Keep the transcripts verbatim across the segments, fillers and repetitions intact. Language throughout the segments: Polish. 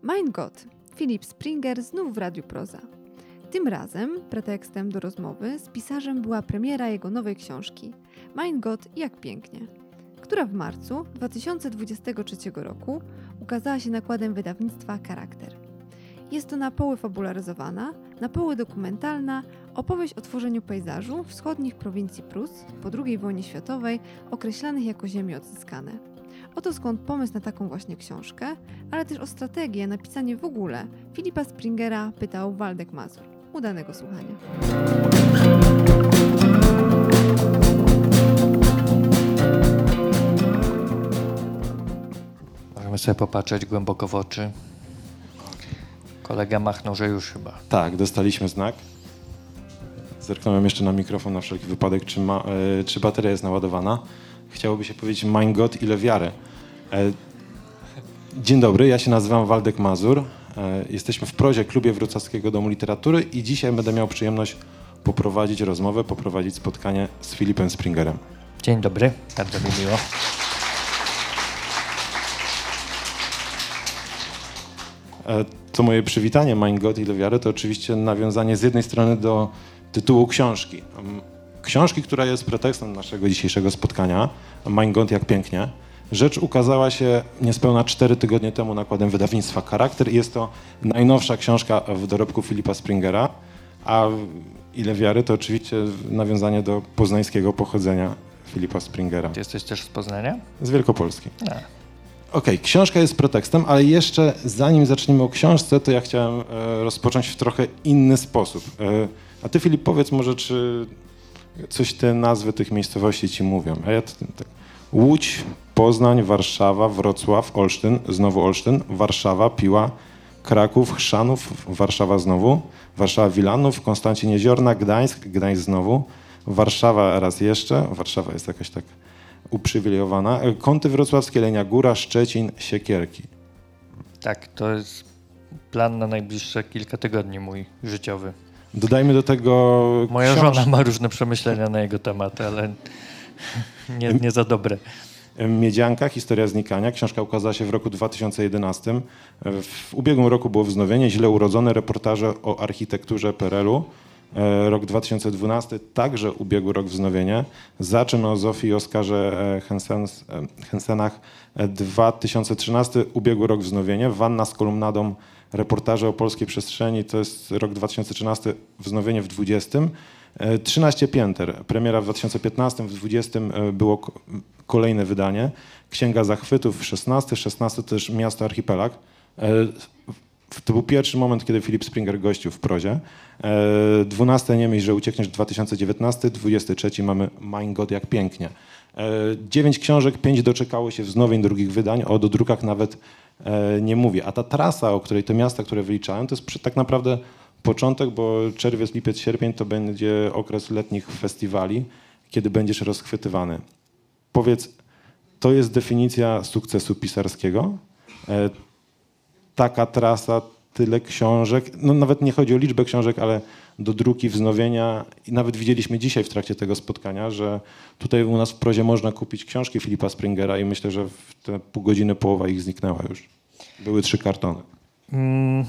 Mein Gott, Philip Springer znów w Radiu Proza. Tym razem pretekstem do rozmowy z pisarzem była premiera jego nowej książki Mein Gott, jak pięknie, która w marcu dwa tysiące dwudziestego trzeciego roku ukazała się nakładem wydawnictwa Charakter. Jest to na poły fabularyzowana, na poły dokumentalna opowieść o tworzeniu pejzażu wschodnich prowincji Prus po drugiej wojnie światowej, określanych jako ziemie odzyskane. Oto skąd pomysł na taką właśnie książkę, ale też o strategię napisanie w ogóle Filipa Springera pytał Waldek Mazur. Udanego słuchania. Możemy sobie popatrzeć głęboko w oczy. Kolega machnął, że już chyba. Tak, dostaliśmy znak. Zerknąłem jeszcze na mikrofon na wszelki wypadek, czy, ma, e, czy bateria jest naładowana. Chciałoby się powiedzieć, mein Gott, ile wiary. E, dzień dobry, ja się nazywam Waldek Mazur. E, jesteśmy w Prozie, klubie Wrocławskiego Domu Literatury i dzisiaj będę miał przyjemność poprowadzić rozmowę, poprowadzić spotkanie z Filipem Springerem. Dzień dobry, bardzo mi miło. E, to moje przywitanie, mein Gott, ile wiary, to oczywiście nawiązanie z jednej strony do tytułu książki. Książki, która jest pretekstem naszego dzisiejszego spotkania, Mein Gott, jak pięknie. Rzecz ukazała się niespełna cztery tygodnie temu nakładem wydawnictwa Charakter i jest to najnowsza książka w dorobku Filipa Springera, a ile wiary to oczywiście nawiązanie do poznańskiego pochodzenia Filipa Springera. Ty jesteś też z Poznania? Z Wielkopolski. Nie. Okej, okay, książka jest pretekstem, ale jeszcze zanim zaczniemy o książce, to ja chciałem e, rozpocząć w trochę inny sposób. E, a ty, Filip, powiedz może, czy coś te nazwy tych miejscowości ci mówią. A ja to, tak. Łódź, Poznań, Warszawa, Wrocław, Olsztyn, znowu Olsztyn, Warszawa, Piła, Kraków, Chrzanów, Warszawa znowu, Warszawa, Wilanów, Konstancin Jeziorna, Gdańsk, Gdańsk znowu, Warszawa raz jeszcze, Warszawa jest jakaś tak uprzywilejowana, Kąty Wrocławskie, Jelenia Góra, Szczecin, Siekierki. Tak, to jest plan na najbliższe kilka tygodni mój życiowy. Dodajmy do tego... Moja książ... żona ma różne przemyślenia na jego temat, ale nie, nie za dobre. Miedzianka, historia znikania. Książka ukazała się w roku dwa tysiące jedenastym. W ubiegłym roku było wznowienie, źle urodzone, reportaże o architekturze P R L u. Rok dwa tysiące dwunasty, także ubiegły rok wznowienie. Zaczyn o Zofii i Oskarze Hensen, Hensenach, dwa tysiące trzynasty, ubiegły rok wznowienie. Wanna z kolumnadą, reportaże o polskiej przestrzeni, to jest rok dwa tysiące trzynasty, wznowienie w dwudziestym. trzynaście pięter, premiera w dwa tysiące piętnastym, w dwudziestym było kolejne wydanie. Księga zachwytów w szesnastym, szesnasty też Miasto Archipelag. To był pierwszy moment, kiedy Filip Springer gościł w Prozie. dwunasty Nie myśl, że uciekniesz, dwa tysiące dziewiętnasty, dwudziesty trzeci mamy Mein Gott, jak pięknie. Dziewięć książek, pięć doczekało się wznowień drugich wydań, o dodrukach nawet nie mówię. A ta trasa, o której te miasta, które wyliczałem, to jest tak naprawdę początek, bo czerwiec, lipiec, sierpień to będzie okres letnich festiwali, kiedy będziesz rozchwytywany. Powiedz, to jest definicja sukcesu pisarskiego? E, taka trasa, tyle książek, no nawet nie chodzi o liczbę książek, ale do druki, wznowienia. I nawet widzieliśmy dzisiaj w trakcie tego spotkania, że tutaj u nas w Prozie można kupić książki Filipa Springera i myślę, że w te pół godziny połowa ich zniknęła już. Były trzy kartony. Mm.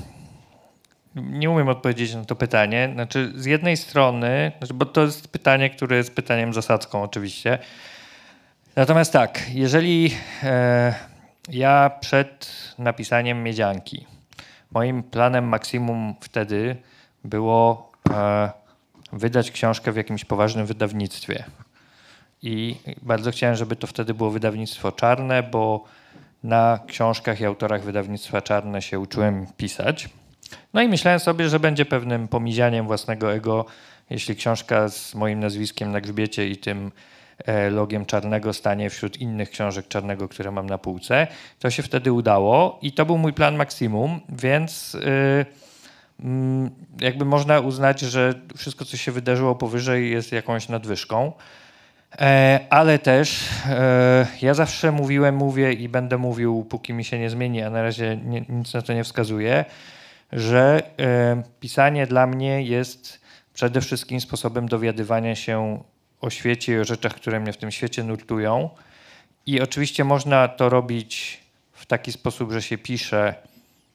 Nie umiem odpowiedzieć na to pytanie. Znaczy, z jednej strony, znaczy, bo to jest pytanie, które jest pytaniem zasadzką oczywiście. Natomiast tak, jeżeli e, ja przed napisaniem Miedzianki, moim planem maksimum wtedy było e, wydać książkę w jakimś poważnym wydawnictwie. I bardzo chciałem, żeby to wtedy było wydawnictwo czarne, bo na książkach i autorach wydawnictwa czarne się uczyłem pisać. No i myślałem sobie, że będzie pewnym pomizianiem własnego ego, jeśli książka z moim nazwiskiem na grzbiecie i tym logiem czarnego stanie wśród innych książek czarnego, które mam na półce. To się wtedy udało i to był mój plan maksimum, więc yy, yy, jakby można uznać, że wszystko, co się wydarzyło powyżej, jest jakąś nadwyżką. E, ale też e, ja zawsze mówiłem, mówię i będę mówił, póki mi się nie zmieni, a na razie nie, nic na to nie wskazuje, że e, pisanie dla mnie jest przede wszystkim sposobem dowiadywania się o świecie i o rzeczach, które mnie w tym świecie nurtują. I oczywiście można to robić w taki sposób, że się pisze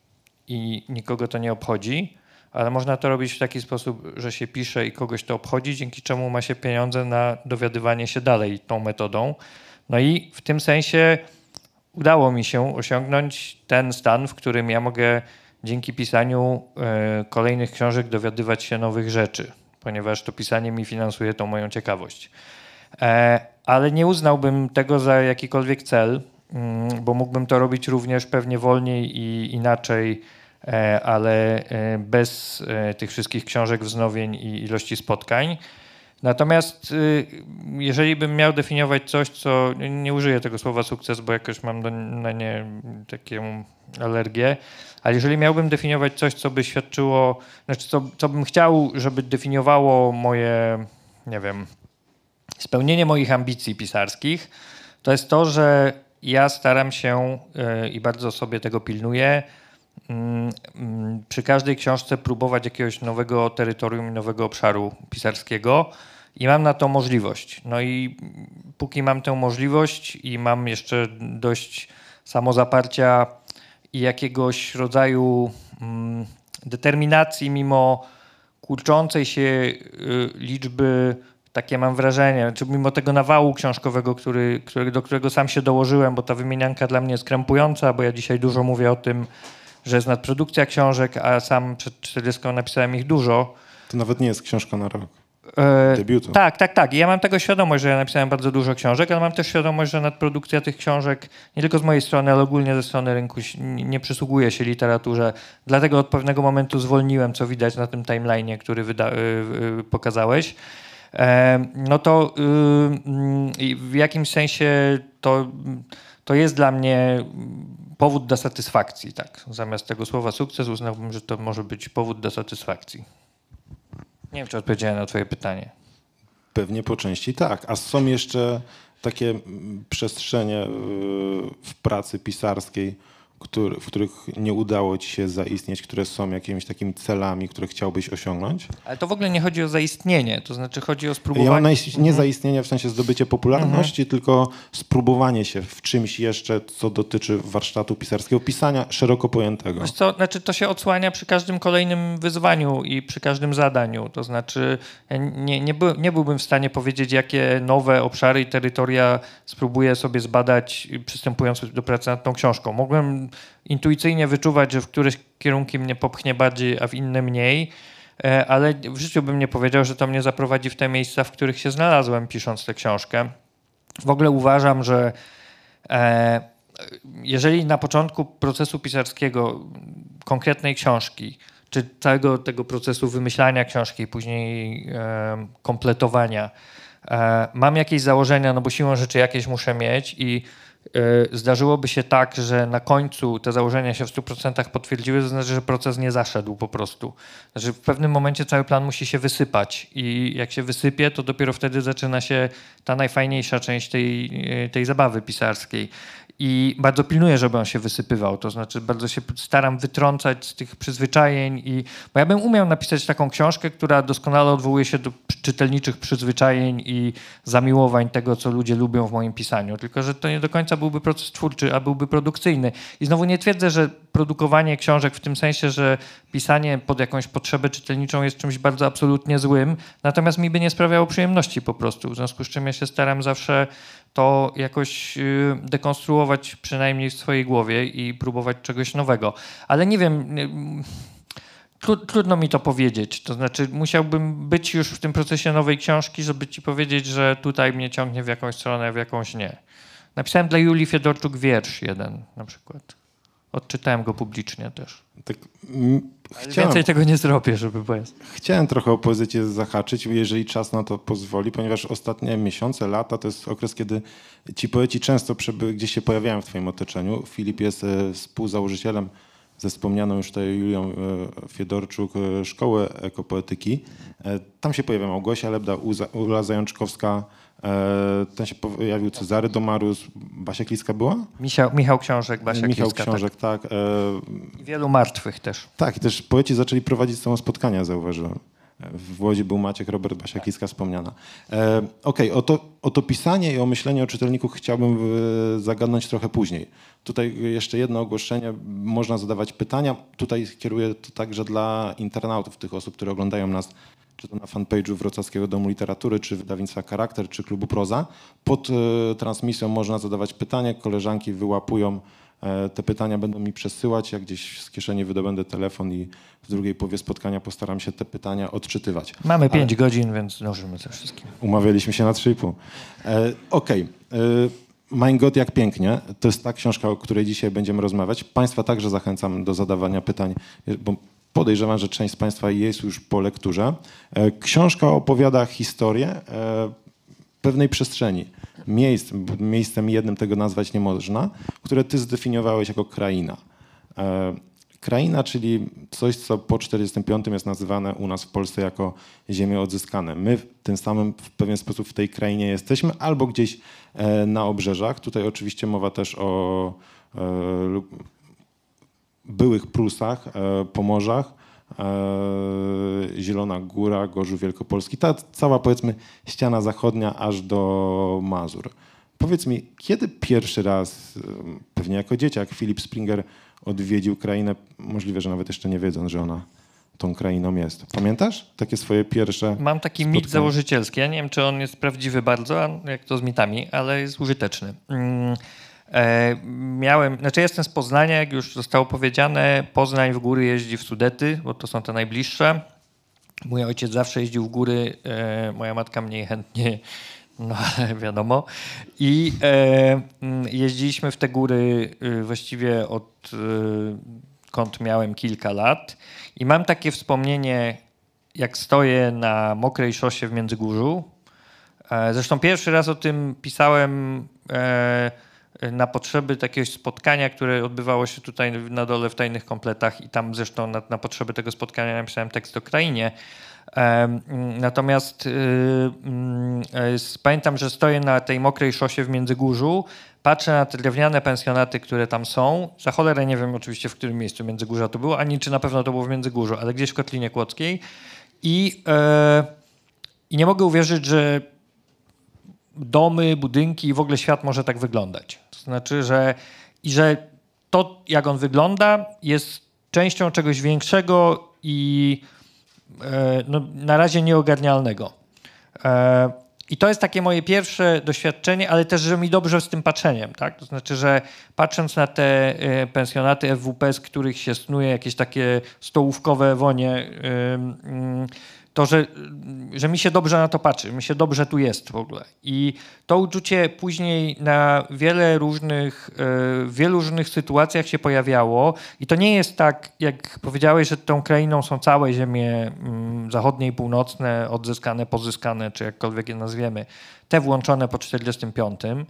i nikogo to nie obchodzi, ale można to robić w taki sposób, że się pisze i kogoś to obchodzi, dzięki czemu ma się pieniądze na dowiadywanie się dalej tą metodą. No i w tym sensie udało mi się osiągnąć ten stan, w którym ja mogę dzięki pisaniu y, kolejnych książek dowiadywać się nowych rzeczy, ponieważ to pisanie mi finansuje tą moją ciekawość. E, ale nie uznałbym tego za jakikolwiek cel, y, bo mógłbym to robić również pewnie wolniej i inaczej, e, ale e, bez e, tych wszystkich książek, wznowień i ilości spotkań. Natomiast y, jeżeli bym miał definiować coś, co, nie użyję tego słowa sukces, bo jakoś mam do, na nie taką alergię, ale jeżeli miałbym definiować coś, co by świadczyło, znaczy co, co bym chciał, żeby definiowało moje, nie wiem, spełnienie moich ambicji pisarskich, to jest to, że ja staram się y, i bardzo sobie tego pilnuję, przy każdej książce próbować jakiegoś nowego terytorium, nowego obszaru pisarskiego i mam na to możliwość. No i póki mam tę możliwość i mam jeszcze dość samozaparcia i jakiegoś rodzaju mm, determinacji mimo kurczącej się y, liczby, takie mam wrażenie, czy mimo tego nawału książkowego, który, który, do którego sam się dołożyłem, bo ta wymienianka dla mnie jest krępująca, bo ja dzisiaj dużo mówię o tym, że jest nadprodukcja książek, a sam przed czterdziestką napisałem ich dużo. To nawet nie jest książka na rok. E, Debiutu. Tak, tak, tak. I ja mam tego świadomość, że ja napisałem bardzo dużo książek, ale mam też świadomość, że nadprodukcja tych książek, nie tylko z mojej strony, ale ogólnie ze strony rynku nie przysługuje się literaturze. Dlatego od pewnego momentu zwolniłem, co widać na tym timeline'ie, który wyda- yy, pokazałeś. E, no to yy, w jakimś sensie to, to jest dla mnie powód do satysfakcji, tak. Zamiast tego słowa sukces uznałbym, że to może być powód do satysfakcji. Nie wiem, czy odpowiedziałem na twoje pytanie. Pewnie po części tak. A są jeszcze takie przestrzenie w pracy pisarskiej, który, w których nie udało ci się zaistnieć, które są jakimiś takimi celami, które chciałbyś osiągnąć? Ale to w ogóle nie chodzi o zaistnienie, to znaczy chodzi o spróbowanie... Ja mam na myśli nie zaistnienie w sensie zdobycie popularności, mhm. tylko spróbowanie się w czymś jeszcze, co dotyczy warsztatu pisarskiego, pisania szeroko pojętego. Wiesz co, znaczy to się odsłania przy każdym kolejnym wyzwaniu i przy każdym zadaniu. To znaczy ja nie, nie, by, nie byłbym w stanie powiedzieć, jakie nowe obszary i terytoria spróbuję sobie zbadać, przystępując do pracy nad tą książką. Mogłem intuicyjnie wyczuwać, że w któreś kierunki mnie popchnie bardziej, a w inne mniej, ale w życiu bym nie powiedział, że to mnie zaprowadzi w te miejsca, w których się znalazłem, pisząc tę książkę. W ogóle uważam, że e, jeżeli na początku procesu pisarskiego konkretnej książki, czy całego tego procesu wymyślania książki i później e, kompletowania, e, mam jakieś założenia, no bo siłą rzeczy jakieś muszę mieć i zdarzyłoby się tak, że na końcu te założenia się w stu procentach potwierdziły, to znaczy, że proces nie zaszedł po prostu. Znaczy w pewnym momencie cały plan musi się wysypać i jak się wysypie, to dopiero wtedy zaczyna się ta najfajniejsza część tej, tej zabawy pisarskiej. I bardzo pilnuję, żeby on się wysypywał, to znaczy bardzo się staram wytrącać z tych przyzwyczajeń, i, bo ja bym umiał napisać taką książkę, która doskonale odwołuje się do czytelniczych przyzwyczajeń i zamiłowań tego, co ludzie lubią w moim pisaniu, tylko że to nie do końca byłby proces twórczy, a byłby produkcyjny. I znowu nie twierdzę, że produkowanie książek w tym sensie, że pisanie pod jakąś potrzebę czytelniczą jest czymś bardzo absolutnie złym, natomiast mi by nie sprawiało przyjemności po prostu, w związku z czym ja się staram zawsze to jakoś dekonstruować przynajmniej w swojej głowie i próbować czegoś nowego. Ale nie wiem, trudno mi to powiedzieć. To znaczy musiałbym być już w tym procesie nowej książki, żeby ci powiedzieć, że tutaj mnie ciągnie w jakąś stronę, w jakąś nie. Napisałem dla Julii Fiedorczuk wiersz jeden na przykład. Odczytałem go publicznie też. Tak, m, chciałem, więcej tego nie zrobię, żeby powiedzieć. Chciałem trochę o poezję zahaczyć, jeżeli czas na to pozwoli, ponieważ ostatnie miesiące, lata to jest okres, kiedy ci poeci często przeby, gdzieś się pojawiają w twoim otoczeniu. Filip jest e, współzałożycielem ze wspomnianą już tutaj Julią e, Fiedorczuk e, Szkoły Ekopoetyki. E, tam się pojawia Małgosia Lebda, Uza, Ula Zajączkowska, e, ten się pojawił Cezary Domarus, Basia Kliska była? Michał, Michał Książek, Basia Michał Kliska. Książek, tak. tak e, Wielu martwych też. Tak, i też poeci zaczęli prowadzić samo spotkania, zauważyłem. W Łodzi był Maciek, Robert Basiakicka wspomniana. E, Okej, okay, o, to, o to pisanie i o myślenie o czytelniku chciałbym e, zagadnąć trochę później. Tutaj jeszcze jedno ogłoszenie, można zadawać pytania. Tutaj kieruję to także dla internautów, tych osób, które oglądają nas, czy to na fanpage'u Wrocławskiego Domu Literatury, czy wydawnictwa Charakter, czy Klubu Proza. Pod e, transmisją można zadawać pytania, koleżanki wyłapują e, te pytania, będą mi przesyłać, ja gdzieś z kieszeni wydobędę telefon i w drugiej połowie spotkania postaram się te pytania odczytywać. Mamy pięć Ale... godzin, więc zdążymy ze wszystkim. Umawialiśmy się na trzy i pół. E, Okej. Okay. Mein Gott, jak pięknie. To jest ta książka, o której dzisiaj będziemy rozmawiać. Państwa także zachęcam do zadawania pytań, bo podejrzewam, że część z Państwa jest już po lekturze. Książka opowiada historię pewnej przestrzeni, miejsc, miejscem jednym tego nazwać nie można, które Ty zdefiniowałeś jako kraina. Kraina, czyli coś, co po czterdziestym piątym jest nazywane u nas w Polsce jako ziemie odzyskane. My tym samym w pewien sposób w tej krainie jesteśmy albo gdzieś na obrzeżach. Tutaj oczywiście mowa też o byłych Prusach, Pomorzach, Zielona Góra, Gorzów Wielkopolski. Ta cała, powiedzmy, ściana zachodnia aż do Mazur. Powiedz mi, kiedy pierwszy raz, pewnie jako dzieciak, Philip Springer odwiedził krainę, możliwe, że nawet jeszcze nie wiedząc, że ona tą krainą jest. Pamiętasz takie swoje pierwsze Mam taki spotkanie? mit założycielski. Ja nie wiem, czy on jest prawdziwy bardzo, jak to z mitami, ale jest użyteczny. Mm, e, miałem, znaczy jestem z Poznania, jak już zostało powiedziane. Poznań w góry jeździ w Sudety, bo to są te najbliższe. Mój ojciec zawsze jeździł w góry, e, moja matka mniej chętnie. No, wiadomo. I e, jeździliśmy w te góry e, właściwie od e, kąd miałem kilka lat. I mam takie wspomnienie, jak stoję na mokrej szosie w Międzygórzu. E, zresztą pierwszy raz o tym pisałem e, na potrzeby takiegoś spotkania, które odbywało się tutaj na dole w Tajnych Kompletach i tam zresztą na, na potrzeby tego spotkania napisałem tekst o krainie. Natomiast yy, pamiętam, że stoję na tej mokrej szosie w Międzygórzu, patrzę na te drewniane pensjonaty, które tam są. Za cholerę nie wiem oczywiście, w którym miejscu Międzygórza to było, ani czy na pewno to było w Międzygórzu, ale gdzieś w Kotlinie Kłodzkiej. I, yy, i nie mogę uwierzyć, że domy, budynki i w ogóle świat może tak wyglądać. To znaczy, że i że to, jak on wygląda, jest częścią czegoś większego i no, na razie nieogarnialnego. I to jest takie moje pierwsze doświadczenie, ale też, że mi dobrze z tym patrzeniem. Tak? To znaczy, że patrząc na te pensjonaty F W P, z których się snuje jakieś takie stołówkowe wonie, to, że, że mi się dobrze na to patrzy, mi się dobrze tu jest w ogóle. I to uczucie później na wiele różnych, w wielu różnych sytuacjach się pojawiało. I to nie jest tak, jak powiedziałeś, że tą krainą są całe ziemie zachodnie i północne, odzyskane, pozyskane, czy jakkolwiek je nazwiemy, te włączone po czterdziestym piątym,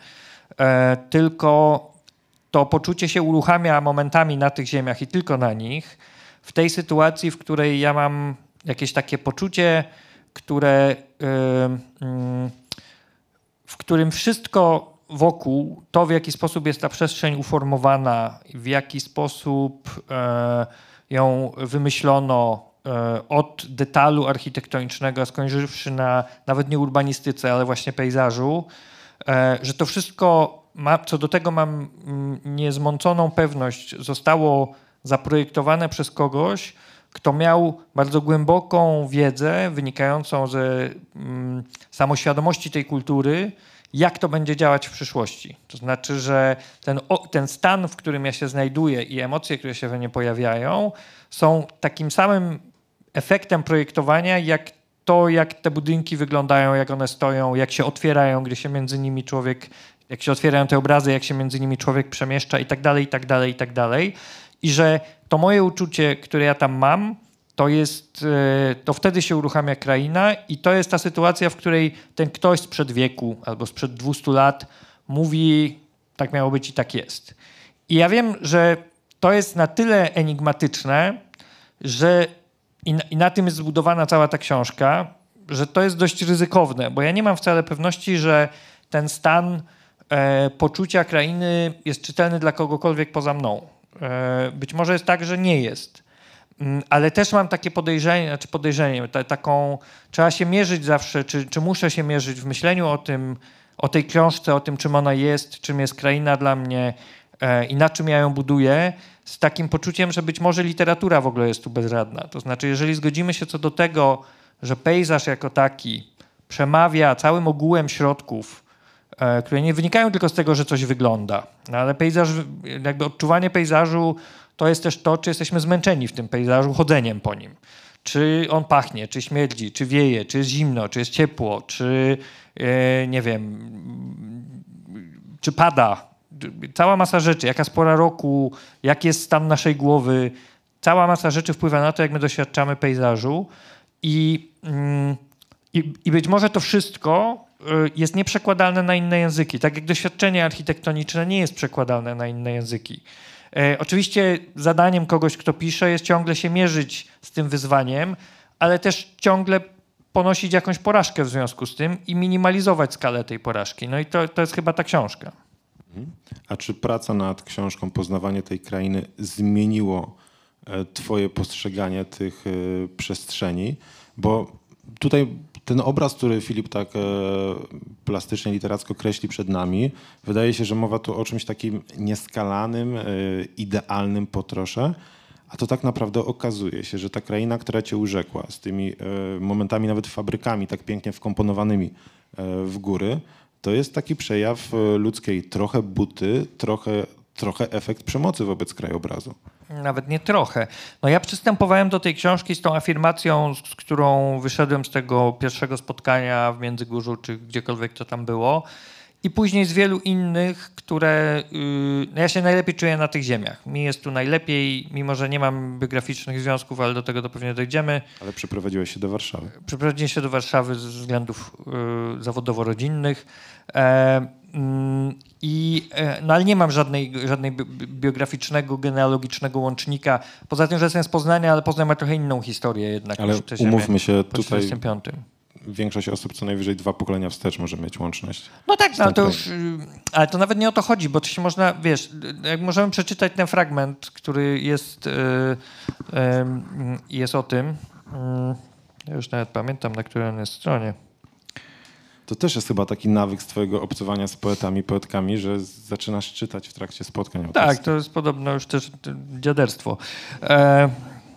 tylko to poczucie się uruchamia momentami na tych ziemiach i tylko na nich, w tej sytuacji, w której ja mam jakieś takie poczucie, które, w którym wszystko wokół, to w jaki sposób jest ta przestrzeń uformowana, w jaki sposób ją wymyślono od detalu architektonicznego, skończywszy na nawet nie urbanistyce, ale właśnie pejzażu, że to wszystko, ma, co do tego mam niezmąconą pewność, zostało zaprojektowane przez kogoś, kto miał bardzo głęboką wiedzę wynikającą ze mm, samoświadomości tej kultury, jak to będzie działać w przyszłości. To znaczy, że ten, o, ten stan, w którym ja się znajduję i emocje, które się we mnie pojawiają, są takim samym efektem projektowania, jak to, jak te budynki wyglądają, jak one stoją, jak się otwierają, gdy się między nimi człowiek, jak się otwierają te obrazy, jak się między nimi człowiek przemieszcza i tak dalej, i tak dalej, i tak dalej. I że to moje uczucie, które ja tam mam, to jest, to wtedy się uruchamia kraina i to jest ta sytuacja, w której ten ktoś sprzed wieku albo sprzed dwustu lat mówi, tak miało być i tak jest. I ja wiem, że to jest na tyle enigmatyczne, że i na, i na tym jest zbudowana cała ta książka, że to jest dość ryzykowne, bo ja nie mam wcale pewności, że ten stan e, poczucia krainy jest czytelny dla kogokolwiek poza mną. Być może jest tak, że nie jest. Ale też mam takie podejrzenie, znaczy podejrzenie, ta, taką, trzeba się mierzyć zawsze, czy, czy muszę się mierzyć w myśleniu o tym, o tej książce, o tym, czym ona jest, czym jest kraina dla mnie e, i na czym ja ją buduję, z takim poczuciem, że być może literatura w ogóle jest tu bezradna. To znaczy, jeżeli zgodzimy się co do tego, że pejzaż jako taki przemawia całym ogółem środków, e, które nie wynikają tylko z tego, że coś wygląda, no, ale pejzaż, jakby odczuwanie pejzażu to jest też to, czy jesteśmy zmęczeni w tym pejzażu chodzeniem po nim. Czy on pachnie, czy śmierdzi, czy wieje, czy jest zimno, czy jest ciepło, czy e, nie wiem, czy pada. Cała masa rzeczy, jaka jest pora roku, jaki jest stan naszej głowy. Cała masa rzeczy wpływa na to, jak my doświadczamy pejzażu. I, mm, i, i być może to wszystko jest nieprzekładalne na inne języki. Tak jak doświadczenie architektoniczne nie jest przekładalne na inne języki. E, oczywiście zadaniem kogoś, kto pisze, jest ciągle się mierzyć z tym wyzwaniem, ale też ciągle ponosić jakąś porażkę w związku z tym i minimalizować skalę tej porażki. No i to, to jest chyba ta książka. A czy praca nad książką, poznawanie tej krainy zmieniło twoje postrzeganie tych przestrzeni? Bo tutaj ten obraz, który Filip tak plastycznie, literacko kreśli przed nami, wydaje się, że mowa tu o czymś takim nieskalanym, idealnym po trosze, a to tak naprawdę okazuje się, że ta kraina, która cię urzekła, z tymi momentami nawet fabrykami tak pięknie wkomponowanymi w góry, to jest taki przejaw ludzkiej trochę buty, trochę, trochę efekt przemocy wobec krajobrazu. Nawet nie trochę. No ja przystępowałem do tej książki z tą afirmacją, z którą wyszedłem z tego pierwszego spotkania w Międzygórzu, czy gdziekolwiek to tam było. I później z wielu innych, które... Yy, no ja się najlepiej czuję na tych ziemiach. Mi jest tu najlepiej, mimo że nie mam biograficznych związków, ale do tego to pewnie dojdziemy. Ale przeprowadziłeś się do Warszawy. Przeprowadziłem się do Warszawy ze względów yy, zawodowo-rodzinnych. E, I, no ale nie mam żadnej, żadnej biograficznego, genealogicznego łącznika. Poza tym, że jestem z Poznania, ale Poznań ma trochę inną historię jednak. Ale umówmy się, tutaj piątym. Większość osób co najwyżej dwa pokolenia wstecz może mieć łączność. No tak, no, to już, ale to nawet nie o to chodzi, bo to się można, wiesz, jak możemy przeczytać ten fragment, który jest, yy, yy, jest o tym. Yy, ja już nawet pamiętam, na której on jest stronie. To też jest chyba taki nawyk z twojego obcowania z poetami, poetkami, że zaczynasz czytać w trakcie spotkań autorskich. Tak, to jest podobno już też dziaderstwo. E,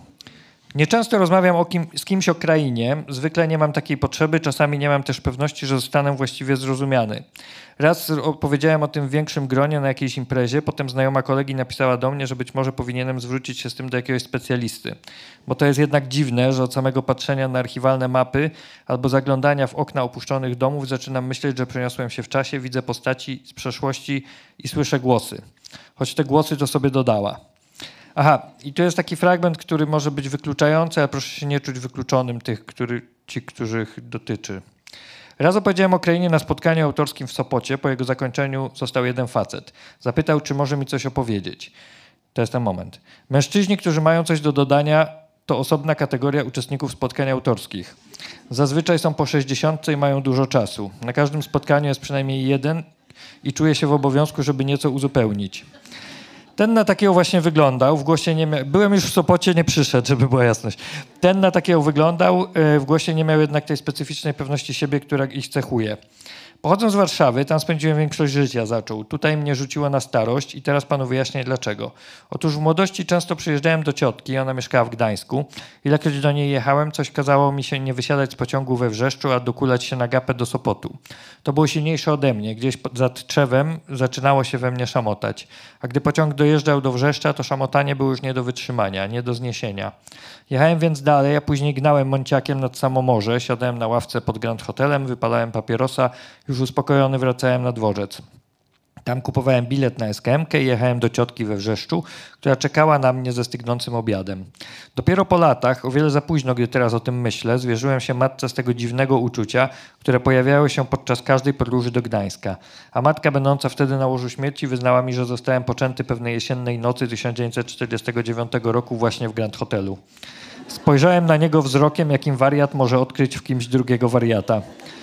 nieczęsto rozmawiam o kim, z kimś o krainie. Zwykle nie mam takiej potrzeby. Czasami nie mam też pewności, że zostanę właściwie zrozumiany. Raz opowiedziałem o tym w większym gronie na jakiejś imprezie. Potem znajoma kolegi napisała do mnie, że być może powinienem zwrócić się z tym do jakiegoś specjalisty. Bo to jest jednak dziwne, że od samego patrzenia na archiwalne mapy albo zaglądania w okna opuszczonych domów zaczynam myśleć, że przeniosłem się w czasie, widzę postaci z przeszłości i słyszę głosy. Choć te głosy to sobie dodała. Aha, i tu jest taki fragment, który może być wykluczający, ale proszę się nie czuć wykluczonym tych, który, ci, których dotyczy. Raz opowiedziałem o krainie na spotkaniu autorskim w Sopocie. Po jego zakończeniu został jeden facet. Zapytał, czy może mi coś opowiedzieć. To jest ten moment. Mężczyźni, którzy mają coś do dodania, to osobna kategoria uczestników spotkań autorskich. Zazwyczaj są po sześćdziesiątce i mają dużo czasu. Na każdym spotkaniu jest przynajmniej jeden i czuje się w obowiązku, żeby nieco uzupełnić. Ten na takiego właśnie wyglądał, w głosie nie miał, byłem już w Sopocie, nie przyszedł, żeby była jasność. Ten na takiego wyglądał, w głosie nie miał jednak tej specyficznej pewności siebie, która ich cechuje. Pochodząc z Warszawy, tam spędziłem większość życia, zaczął. Tutaj mnie rzuciło na starość i teraz panu wyjaśnię dlaczego. Otóż w młodości często przyjeżdżałem do ciotki, ona mieszkała w Gdańsku. Ilekroć do niej jechałem, coś kazało mi się nie wysiadać z pociągu we Wrzeszczu, a dokulać się na gapę do Sopotu. To było silniejsze ode mnie. Gdzieś za Tczewem zaczynało się we mnie szamotać. A gdy pociąg dojeżdżał do Wrzeszcza, to szamotanie było już nie do wytrzymania, nie do zniesienia. Jechałem więc dalej, a później gnałem Monciakiem nad samo morze, siadałem na ławce pod Grand Hotelem, wypalałem papierosa, już uspokojony wracałem na dworzec. Tam kupowałem bilet na es ka emkę i jechałem do ciotki we Wrzeszczu, która czekała na mnie ze stygnącym obiadem. Dopiero po latach, o wiele za późno, gdy teraz o tym myślę, zwierzyłem się matce z tego dziwnego uczucia, które pojawiało się podczas każdej podróży do Gdańska. A matka, będąca wtedy na łożu śmierci, wyznała mi, że zostałem poczęty pewnej jesiennej nocy tysiąc dziewięćset czterdziestego dziewiątego roku właśnie w Grand Hotelu. Spojrzałem na niego wzrokiem, jakim wariat może odkryć w kimś drugiego wariata.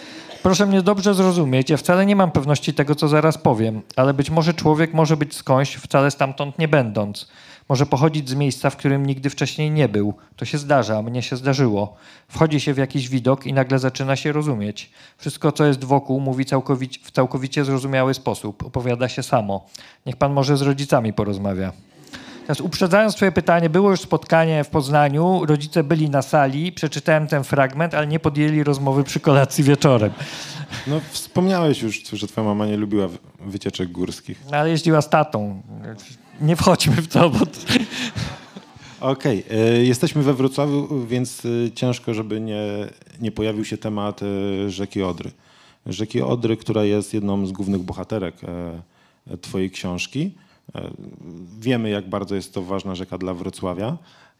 Proszę mnie dobrze zrozumieć, ja wcale nie mam pewności tego, co zaraz powiem, ale być może człowiek może być skądś, wcale stamtąd nie będąc. Może pochodzić z miejsca, w którym nigdy wcześniej nie był. To się zdarza, a mnie się zdarzyło. Wchodzi się w jakiś widok i nagle zaczyna się rozumieć. Wszystko, co jest wokół, mówi całkowicie, w całkowicie zrozumiały sposób. Opowiada się samo. Niech pan może z rodzicami porozmawia. Teraz uprzedzając twoje pytanie, było już spotkanie w Poznaniu, rodzice byli na sali, przeczytałem ten fragment, ale nie podjęli rozmowy przy kolacji wieczorem. No wspomniałeś już, że twoja mama nie lubiła wycieczek górskich. No, ale jeździła z tatą. Nie wchodźmy w to, bo... Okej, okay. Jesteśmy we Wrocławiu, więc ciężko, żeby nie, nie pojawił się temat rzeki Odry. Rzeki Odry, która jest jedną z głównych bohaterek twojej książki. Wiemy, jak bardzo jest to ważna rzeka dla Wrocławia.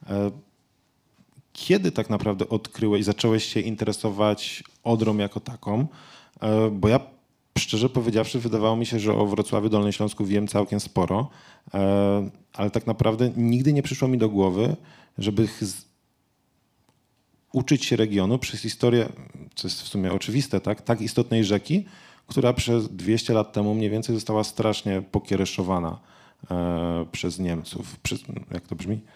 Kiedy tak naprawdę odkryłeś, zacząłeś się interesować Odrą jako taką? Bo ja szczerze powiedziawszy, wydawało mi się, że o Wrocławiu Dolnym Śląsku wiem całkiem sporo, ale tak naprawdę nigdy nie przyszło mi do głowy, żeby z... uczyć się regionu przez historię, co jest w sumie oczywiste, tak, tak istotnej rzeki, która przez dwieście lat temu mniej więcej została strasznie pokiereszowana e, przez Niemców. Przez, jak to brzmi?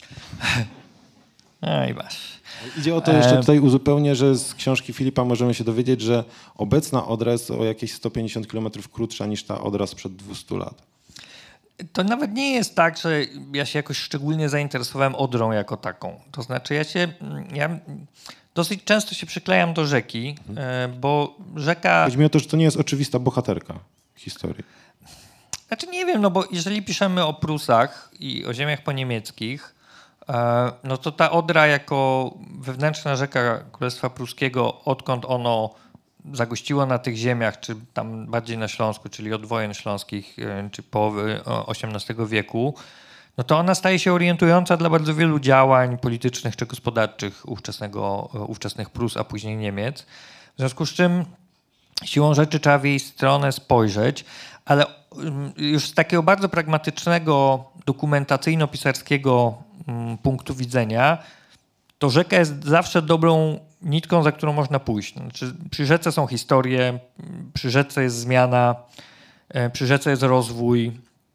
Aj, masz. Idzie o to, jeszcze tutaj uzupełnię, że z książki Filipa możemy się dowiedzieć, że obecna Odra jest o jakieś sto pięćdziesiąt kilometrów krótsza niż ta Odra sprzed dwustu lat. To nawet nie jest tak, że ja się jakoś szczególnie zainteresowałem Odrą jako taką. To znaczy ja się... Ja dosyć często się przyklejam do rzeki, bo rzeka... Chodzi mi o to, że to nie jest oczywista bohaterka historii. Znaczy nie wiem, no bo jeżeli piszemy o Prusach i o ziemiach poniemieckich, no to ta Odra jako wewnętrzna rzeka Królestwa Pruskiego, odkąd ono zagościło na tych ziemiach, czy tam bardziej na Śląsku, czyli od wojen śląskich, czy połowy osiemnastego wieku, no to ona staje się orientująca dla bardzo wielu działań politycznych czy gospodarczych ówczesnego, ówczesnych Prus, a później Niemiec. W związku z czym siłą rzeczy trzeba w jej stronę spojrzeć, ale już z takiego bardzo pragmatycznego, dokumentacyjno-pisarskiego punktu widzenia, to rzeka jest zawsze dobrą nitką, za którą można pójść. Znaczy, przy rzece są historie, przy rzece jest zmiana, przy rzece jest rozwój.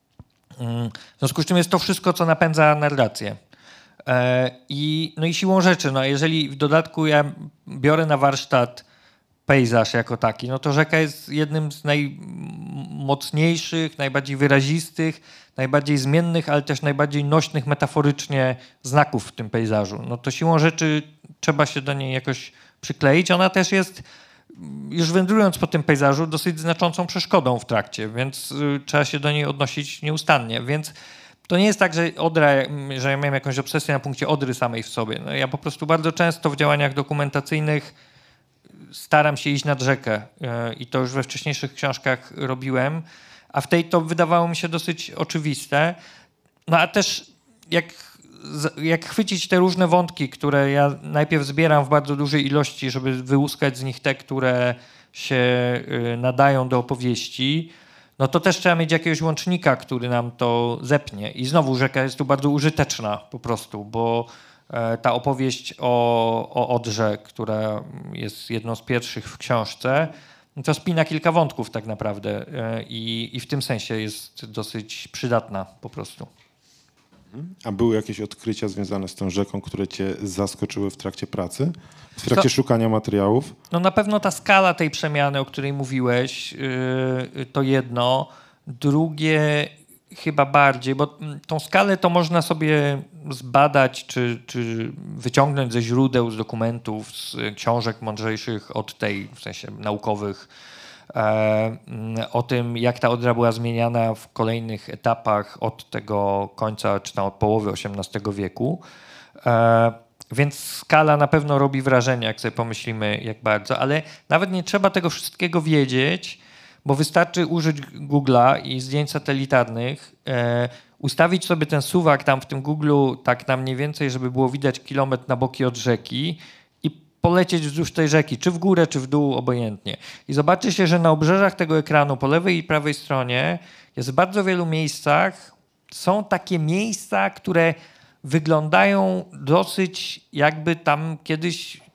W związku z czym jest to wszystko, co napędza narrację. I, no i siłą rzeczy, no jeżeli w dodatku ja biorę na warsztat pejzaż jako taki, no to rzeka jest jednym z najmocniejszych, najbardziej wyrazistych, najbardziej zmiennych, ale też najbardziej nośnych metaforycznie znaków w tym pejzażu. No to siłą rzeczy trzeba się do niej jakoś przykleić. Ona też jest, już wędrując po tym pejzażu, dosyć znaczącą przeszkodą w trakcie, więc y, trzeba się do niej odnosić nieustannie. Więc to nie jest tak, że Odra, że ja miałem jakąś obsesję na punkcie Odry samej w sobie. No ja po prostu bardzo często w działaniach dokumentacyjnych staram się iść nad rzekę y, i to już we wcześniejszych książkach robiłem, a w tej to wydawało mi się dosyć oczywiste. No a też jak, jak chwycić te różne wątki, które ja najpierw zbieram w bardzo dużej ilości, żeby wyłuskać z nich te, które się nadają do opowieści, no to też trzeba mieć jakiegoś łącznika, który nam to zepnie. I znowu rzeka jest tu bardzo użyteczna po prostu, bo ta opowieść o, o Odrze, która jest jedną z pierwszych w książce, to spina kilka wątków tak naprawdę i, i w tym sensie jest dosyć przydatna po prostu. A były jakieś odkrycia związane z tą rzeką, które cię zaskoczyły w trakcie pracy? W trakcie to, szukania materiałów? No na pewno ta skala tej przemiany, o której mówiłeś, yy, to jedno. Drugie chyba bardziej, bo tą skalę to można sobie zbadać, czy, czy wyciągnąć ze źródeł, z dokumentów, z książek mądrzejszych od tej, w sensie naukowych, e, o tym, jak ta Odra była zmieniana w kolejnych etapach od tego końca, czy tam od połowy osiemnastego wieku. E, więc skala na pewno robi wrażenie, jak sobie pomyślimy, jak bardzo, ale nawet nie trzeba tego wszystkiego wiedzieć, bo wystarczy użyć Google'a i zdjęć satelitarnych, e, ustawić sobie ten suwak tam w tym Google'u tak na mniej więcej, żeby było widać kilometr na boki od rzeki i polecieć wzdłuż tej rzeki, czy w górę, czy w dół, obojętnie. I zobaczy się, że na obrzeżach tego ekranu po lewej i prawej stronie jest w bardzo wielu miejscach, są takie miejsca, które wyglądają dosyć jakby tam kiedyś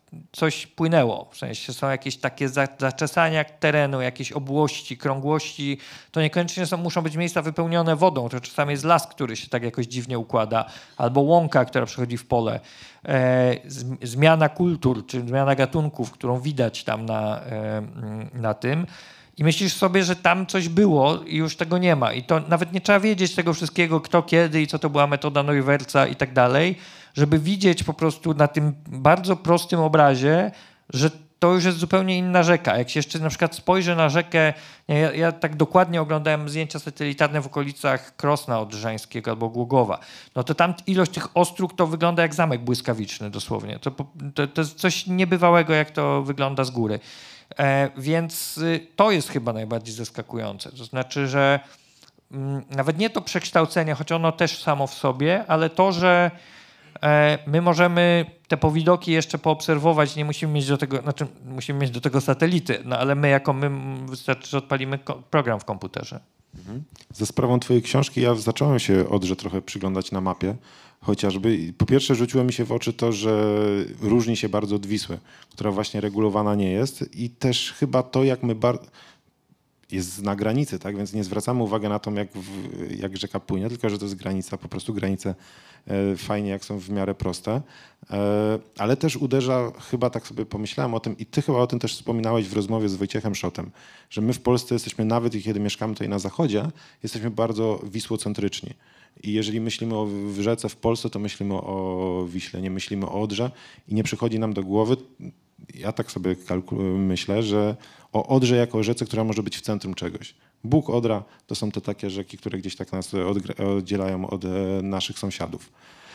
coś płynęło. W sensie są jakieś takie zaczesania terenu, jakieś obłości, krągłości. To niekoniecznie są, muszą być miejsca wypełnione wodą. To czasami jest las, który się tak jakoś dziwnie układa, albo łąka, która przechodzi w pole. E, zmiana kultur, czy zmiana gatunków, którą widać tam na, e, na tym. I myślisz sobie, że tam coś było i już tego nie ma. I to nawet nie trzeba wiedzieć tego wszystkiego, kto kiedy i co to była metoda Neuwerca i tak dalej, żeby widzieć po prostu na tym bardzo prostym obrazie, że to już jest zupełnie inna rzeka. Jak się jeszcze na przykład spojrzy na rzekę, nie, ja, ja tak dokładnie oglądałem zdjęcia satelitarne w okolicach Krosna Odrzańskiego albo Głogowa, no to tam ilość tych ostróg to wygląda jak zamek błyskawiczny dosłownie. To, to, to jest coś niebywałego, jak to wygląda z góry. E, więc y, to jest chyba najbardziej zaskakujące. To znaczy, że mm, nawet nie to przekształcenie, choć ono też samo w sobie, ale to, że e, my możemy te powidoki jeszcze poobserwować, nie musimy mieć do tego, znaczy musimy mieć do tego satelity, no ale my jako my wystarczy, że odpalimy ko- program w komputerze. Mhm. Za sprawą twojej książki ja zacząłem się Odrze trochę przyglądać na mapie. Chociażby, po pierwsze rzuciło mi się w oczy to, że różni się bardzo od Wisły, która właśnie regulowana nie jest i też chyba to, jak my bar- jest na granicy, tak? Więc nie zwracamy uwagi na to, jak, w, jak rzeka płynie, tylko że to jest granica, po prostu granice e, fajnie, jak są w miarę proste, e, ale też uderza, chyba tak sobie pomyślałem o tym i ty chyba o tym też wspominałeś w rozmowie z Wojciechem Szotem, że my w Polsce jesteśmy, nawet i kiedy mieszkamy tutaj na zachodzie, jesteśmy bardzo wisłocentryczni. I jeżeli myślimy o w rzece w Polsce, to myślimy o Wiśle, nie myślimy o Odrze i nie przychodzi nam do głowy, ja tak sobie kalkuluję, myślę, że o Odrze jako o rzece, która może być w centrum czegoś. Bóg, Odra to są te takie rzeki, które gdzieś tak nas oddzielają od naszych sąsiadów.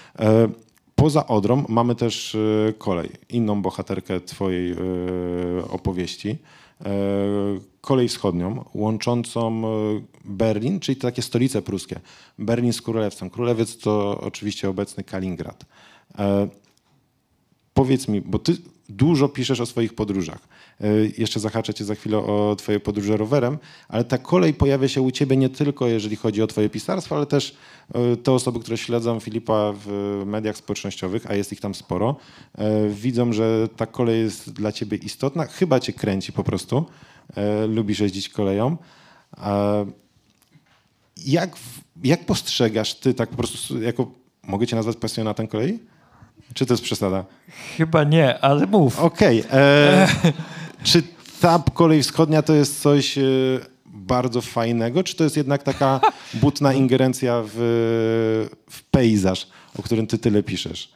Poza Odrą mamy też kolej, inną bohaterkę twojej opowieści. Kolej wschodnią, łączącą Berlin, czyli to takie stolice pruskie. Berlin z Królewcem. Królewiec to oczywiście obecny Kaliningrad. E, powiedz mi, bo ty dużo piszesz o swoich podróżach. E, jeszcze zahaczę cię za chwilę o twoje podróże rowerem, ale ta kolej pojawia się u ciebie nie tylko, jeżeli chodzi o twoje pisarstwo, ale też e, te osoby, które śledzą Filipa w mediach społecznościowych, a jest ich tam sporo, e, widzą, że ta kolej jest dla ciebie istotna. Chyba cię kręci po prostu. E, lubisz jeździć koleją. E, jak, jak postrzegasz ty tak po prostu, jako, mogę cię nazwać pasjonatem kolei? Czy to jest przesada? Chyba nie, ale mów. Okej. Okay. Czy ta kolej wschodnia to jest coś e, bardzo fajnego, czy to jest jednak taka butna ingerencja w, w pejzaż, o którym ty tyle piszesz?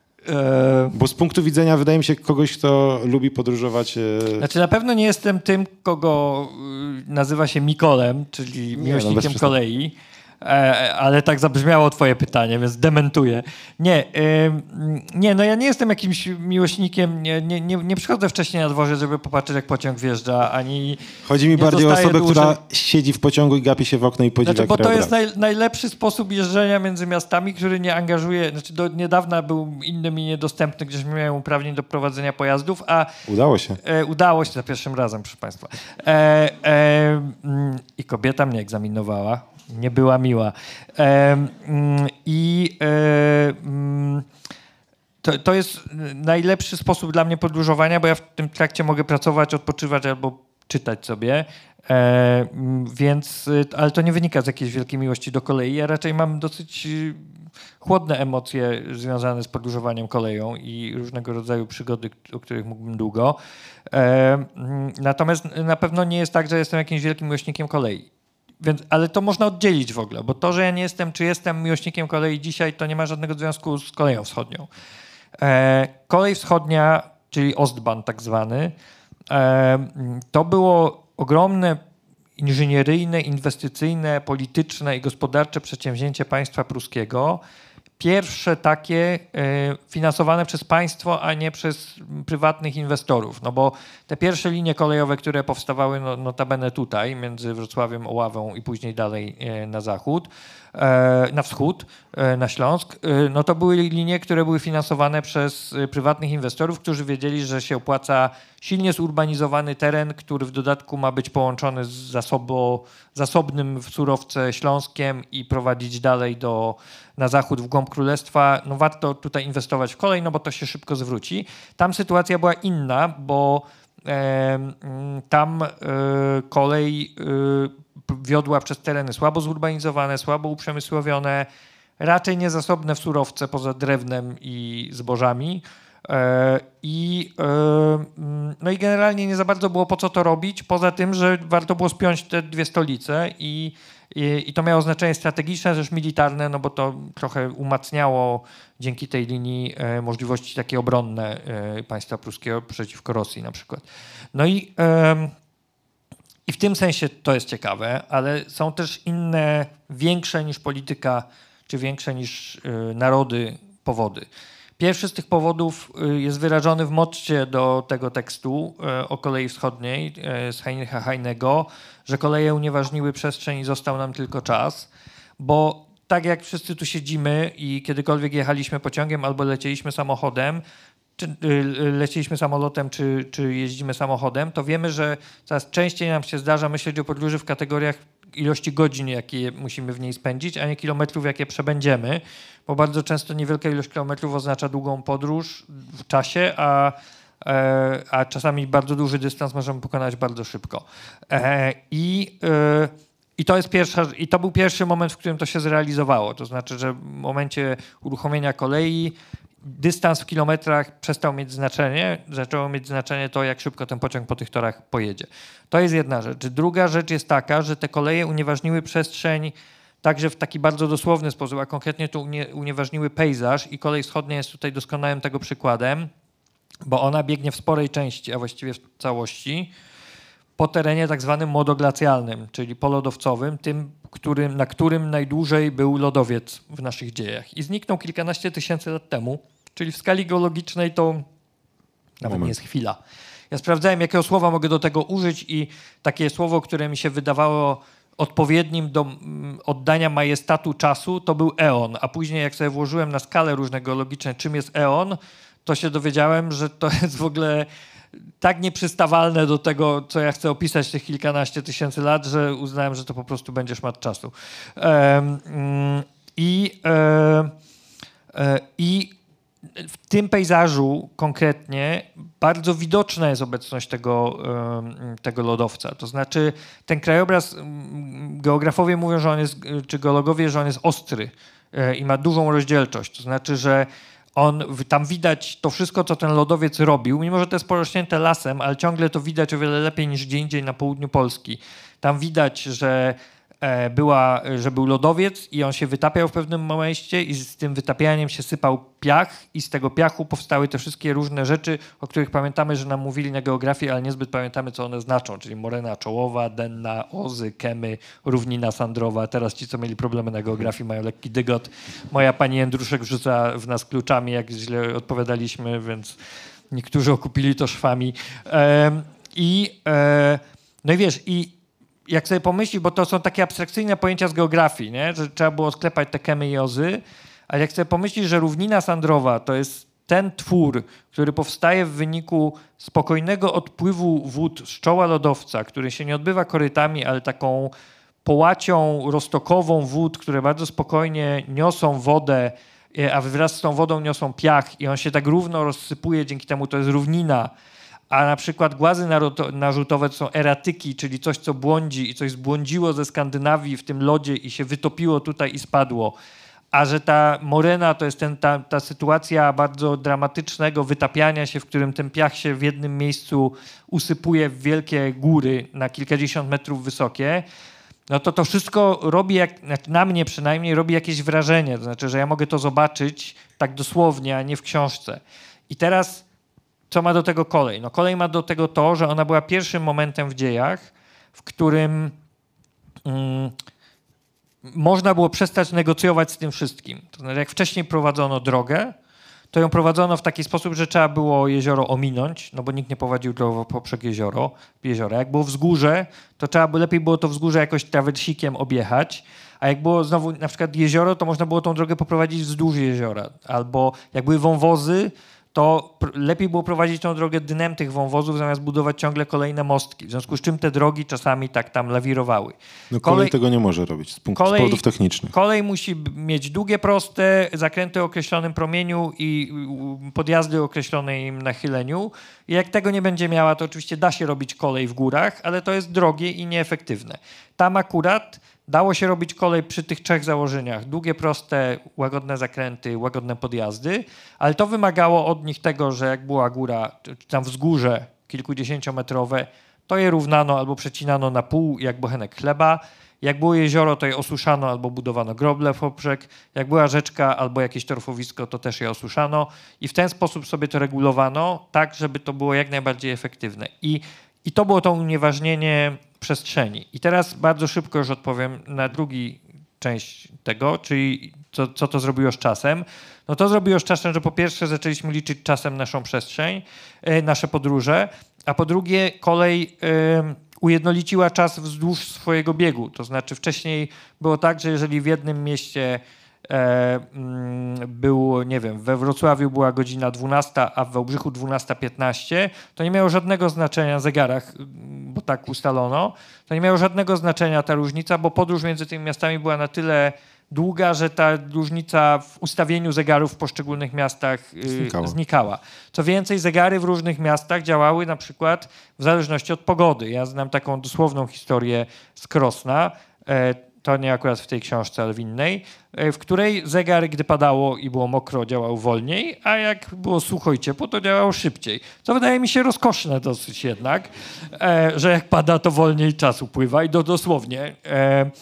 Bo z punktu widzenia, wydaje mi się, kogoś, kto lubi podróżować... Znaczy na pewno nie jestem tym, kogo nazywa się Mikolem, czyli nie, miłośnikiem no kolei, ale tak zabrzmiało twoje pytanie, więc dementuję. Nie, nie, no ja nie jestem jakimś miłośnikiem, nie, nie, nie, nie przychodzę wcześniej na dworze, żeby popatrzeć, jak pociąg wjeżdża, ani... Chodzi mi bardziej o osobę, dłużej... która siedzi w pociągu i gapi się w okno i podziwia znaczy, bo krajobraz. to jest naj, najlepszy sposób jeżdżenia między miastami, który nie angażuje... Znaczy do niedawna był inny mi niedostępny, gdzieś nie miałem uprawnień do prowadzenia pojazdów, a... Udało się. E, udało się za pierwszym razem, proszę państwa. E, e, mm, I kobieta mnie egzaminowała. Nie była miła. E, mm, I e, mm, to, to jest najlepszy sposób dla mnie podróżowania, bo ja w tym trakcie mogę pracować, odpoczywać albo czytać sobie. E, więc, ale to nie wynika z jakiejś wielkiej miłości do kolei. Ja raczej mam dosyć chłodne emocje związane z podróżowaniem koleją i różnego rodzaju przygody, o których mógłbym długo. E, natomiast na pewno nie jest tak, że jestem jakimś wielkim miłośnikiem kolei. Więc, ale to można oddzielić w ogóle, bo to, że ja nie jestem, czy jestem miłośnikiem kolei dzisiaj, to nie ma żadnego związku z koleją wschodnią. E, kolej wschodnia, czyli Ostbahn tak zwany, e, to było ogromne inżynieryjne, inwestycyjne, polityczne i gospodarcze przedsięwzięcie państwa pruskiego. Pierwsze takie y, finansowane przez państwo, a nie przez prywatnych inwestorów. No bo te pierwsze linie kolejowe, które powstawały no, notabene tutaj, między Wrocławiem, Oławą i później dalej y, na zachód, y, na wschód, y, na Śląsk, y, no to były linie, które były finansowane przez y, prywatnych inwestorów, którzy wiedzieli, że się opłaca silnie zurbanizowany teren, który w dodatku ma być połączony z zasobo, zasobnym w surowce Śląskiem i prowadzić dalej do, na zachód w głąb królestwa, no warto tutaj inwestować w kolej, no bo to się szybko zwróci. Tam sytuacja była inna, bo e, tam e, kolej e, wiodła przez tereny słabo zurbanizowane, słabo uprzemysłowione, raczej niezasobne w surowce poza drewnem i zbożami. I, no i generalnie nie za bardzo było po co to robić, poza tym, że warto było spiąć te dwie stolice i, i, i to miało znaczenie strategiczne, też militarne, no bo to trochę umacniało dzięki tej linii możliwości takie obronne państwa pruskiego przeciwko Rosji na przykład. No i, i w tym sensie to jest ciekawe, ale są też inne, większe niż polityka, czy większe niż narody powody. Pierwszy z tych powodów jest wyrażony w motcie do tego tekstu o kolei wschodniej z Heinricha Heinego, że koleje unieważniły przestrzeń i został nam tylko czas, bo tak jak wszyscy tu siedzimy i kiedykolwiek jechaliśmy pociągiem albo lecieliśmy samochodem, czy lecieliśmy samolotem, czy, czy jeździmy samochodem, to wiemy, że coraz częściej nam się zdarza myśleć o podróży w kategoriach ilości godzin, jakie musimy w niej spędzić, a nie kilometrów, jakie przebędziemy, bo bardzo często niewielka ilość kilometrów oznacza długą podróż w czasie, a, a czasami bardzo duży dystans możemy pokonać bardzo szybko. I, i, to jest pierwsza, I to był pierwszy moment, w którym to się zrealizowało. To znaczy, że w momencie uruchomienia kolei dystans w kilometrach przestał mieć znaczenie, zaczęło mieć znaczenie to, jak szybko ten pociąg po tych torach pojedzie. To jest jedna rzecz. Druga rzecz jest taka, że te koleje unieważniły przestrzeń także w taki bardzo dosłowny sposób, a konkretnie tu unie, unieważniły pejzaż i kolej wschodnia jest tutaj doskonałym tego przykładem, bo ona biegnie w sporej części, a właściwie w całości, po terenie tak zwanym modoglacjalnym, czyli polodowcowym, tym, którym, na którym najdłużej był lodowiec w naszych dziejach. I zniknął kilkanaście tysięcy lat temu, czyli w skali geologicznej to nawet Moment. nie jest chwila. Ja sprawdzałem, jakiego słowa mogę do tego użyć i takie słowo, które mi się wydawało odpowiednim do oddania majestatu czasu, to był eon. A później jak sobie włożyłem na skalę różne geologiczne, czym jest eon, to się dowiedziałem, że to jest w ogóle tak nieprzystawalne do tego, co ja chcę opisać tych kilkanaście tysięcy lat, że uznałem, że to po prostu będzie szmat czasu. I, i w tym pejzażu konkretnie bardzo widoczna jest obecność tego, tego lodowca. To znaczy ten krajobraz, geografowie mówią, że on jest, czy geologowie, że on jest ostry i ma dużą rozdzielczość. To znaczy, że on, tam widać to wszystko, co ten lodowiec robił, mimo że to jest porośnięte lasem, ale ciągle to widać o wiele lepiej niż gdzie indziej na południu Polski. Tam widać, że, e, była, że był lodowiec i on się wytapiał w pewnym momencie i z tym wytapianiem się sypał piach i z tego piachu powstały te wszystkie różne rzeczy, o których pamiętamy, że nam mówili na geografii, ale niezbyt pamiętamy, co one znaczą, czyli morena czołowa, denna, ozy, kemy, równina sandrowa. Teraz ci, co mieli problemy na geografii, mają lekki dygot. Moja pani Jędruszek wrzuca w nas kluczami, jak źle odpowiadaliśmy, więc niektórzy okupili to szwami. E, I e, no i wiesz, i jak sobie pomyślisz, bo to są takie abstrakcyjne pojęcia z geografii, nie? Że trzeba było sklepać te kemy i ozy, ale jak sobie pomyślisz, że równina sandrowa to jest ten twór, który powstaje w wyniku spokojnego odpływu wód z czoła lodowca, który się nie odbywa korytami, ale taką połacią roztokową wód, które bardzo spokojnie niosą wodę, a wraz z tą wodą niosą piach i on się tak równo rozsypuje, dzięki temu to jest równina. A na przykład głazy narzutowe to są eratyki, czyli coś, co błądzi i coś zbłądziło ze Skandynawii w tym lodzie i się wytopiło tutaj i spadło. A że ta morena to jest ten, ta, ta sytuacja bardzo dramatycznego wytapiania się, w którym ten piach się w jednym miejscu usypuje w wielkie góry na kilkadziesiąt metrów wysokie, no to to wszystko robi, jak, na mnie przynajmniej, robi jakieś wrażenie. To znaczy, że ja mogę to zobaczyć tak dosłownie, a nie w książce. I teraz co ma do tego kolej? No kolej ma do tego to, że ona była pierwszym momentem w dziejach, w którym mm, można było przestać negocjować z tym wszystkim. To znaczy, jak wcześniej prowadzono drogę, to ją prowadzono w taki sposób, że trzeba było jezioro ominąć, no bo nikt nie prowadził drogi poprzek jezioro, jeziora. Jak było wzgórze, to trzeba by lepiej było to wzgórze jakoś trawersikiem objechać, a jak było znowu na przykład jezioro, to można było tą drogę poprowadzić wzdłuż jeziora. Albo jak były wąwozy, to pr- lepiej było prowadzić tą drogę dnem tych wąwozów, zamiast budować ciągle kolejne mostki. W związku z czym te drogi czasami tak tam lawirowały. No kolej, kolej tego nie może robić z, punktu, kolej, z powodów technicznych. Kolej musi mieć długie, proste, zakręty o określonym promieniu i podjazdy o określonym nachyleniu. I jak tego nie będzie miała, to oczywiście da się robić kolej w górach, ale to jest drogie i nieefektywne. Tam akurat dało się robić kolej przy tych trzech założeniach. Długie, proste, łagodne zakręty, łagodne podjazdy, ale to wymagało od nich tego, że jak była góra, czy tam wzgórze kilkudziesięciometrowe, to je równano albo przecinano na pół, jak bochenek chleba. Jak było jezioro, to je osuszano albo budowano groble w poprzek. Jak była rzeczka albo jakieś torfowisko, to też je osuszano. I w ten sposób sobie to regulowano, tak żeby to było jak najbardziej efektywne. I, i to było to unieważnienie przestrzeni. I teraz bardzo szybko już odpowiem na drugi część tego, czyli co, co to zrobiło z czasem. No to zrobiło z czasem, że po pierwsze zaczęliśmy liczyć czasem naszą przestrzeń, yy, nasze podróże, a po drugie kolej yy, ujednoliciła czas wzdłuż swojego biegu. To znaczy wcześniej było tak, że jeżeli w jednym mieście e, mm, było, nie wiem, we Wrocławiu była godzina dwunasta, a w Wałbrzychu dwunasta piętnaście, to nie miało żadnego znaczenia na zegarach, bo tak ustalono, to nie miało żadnego znaczenia ta różnica, bo podróż między tymi miastami była na tyle długa, że ta różnica w ustawieniu zegarów w poszczególnych miastach yy, znikała. znikała. Co więcej, zegary w różnych miastach działały na przykład w zależności od pogody. Ja znam taką dosłowną historię z Krosna, e, to nie akurat w tej książce, ale w innej, e, w której zegar, gdy padało i było mokro, działał wolniej, a jak było sucho i ciepło, to działał szybciej. Co wydaje mi się rozkoszne dosyć jednak, e, że jak pada, to wolniej czas upływa i to dosłownie. E,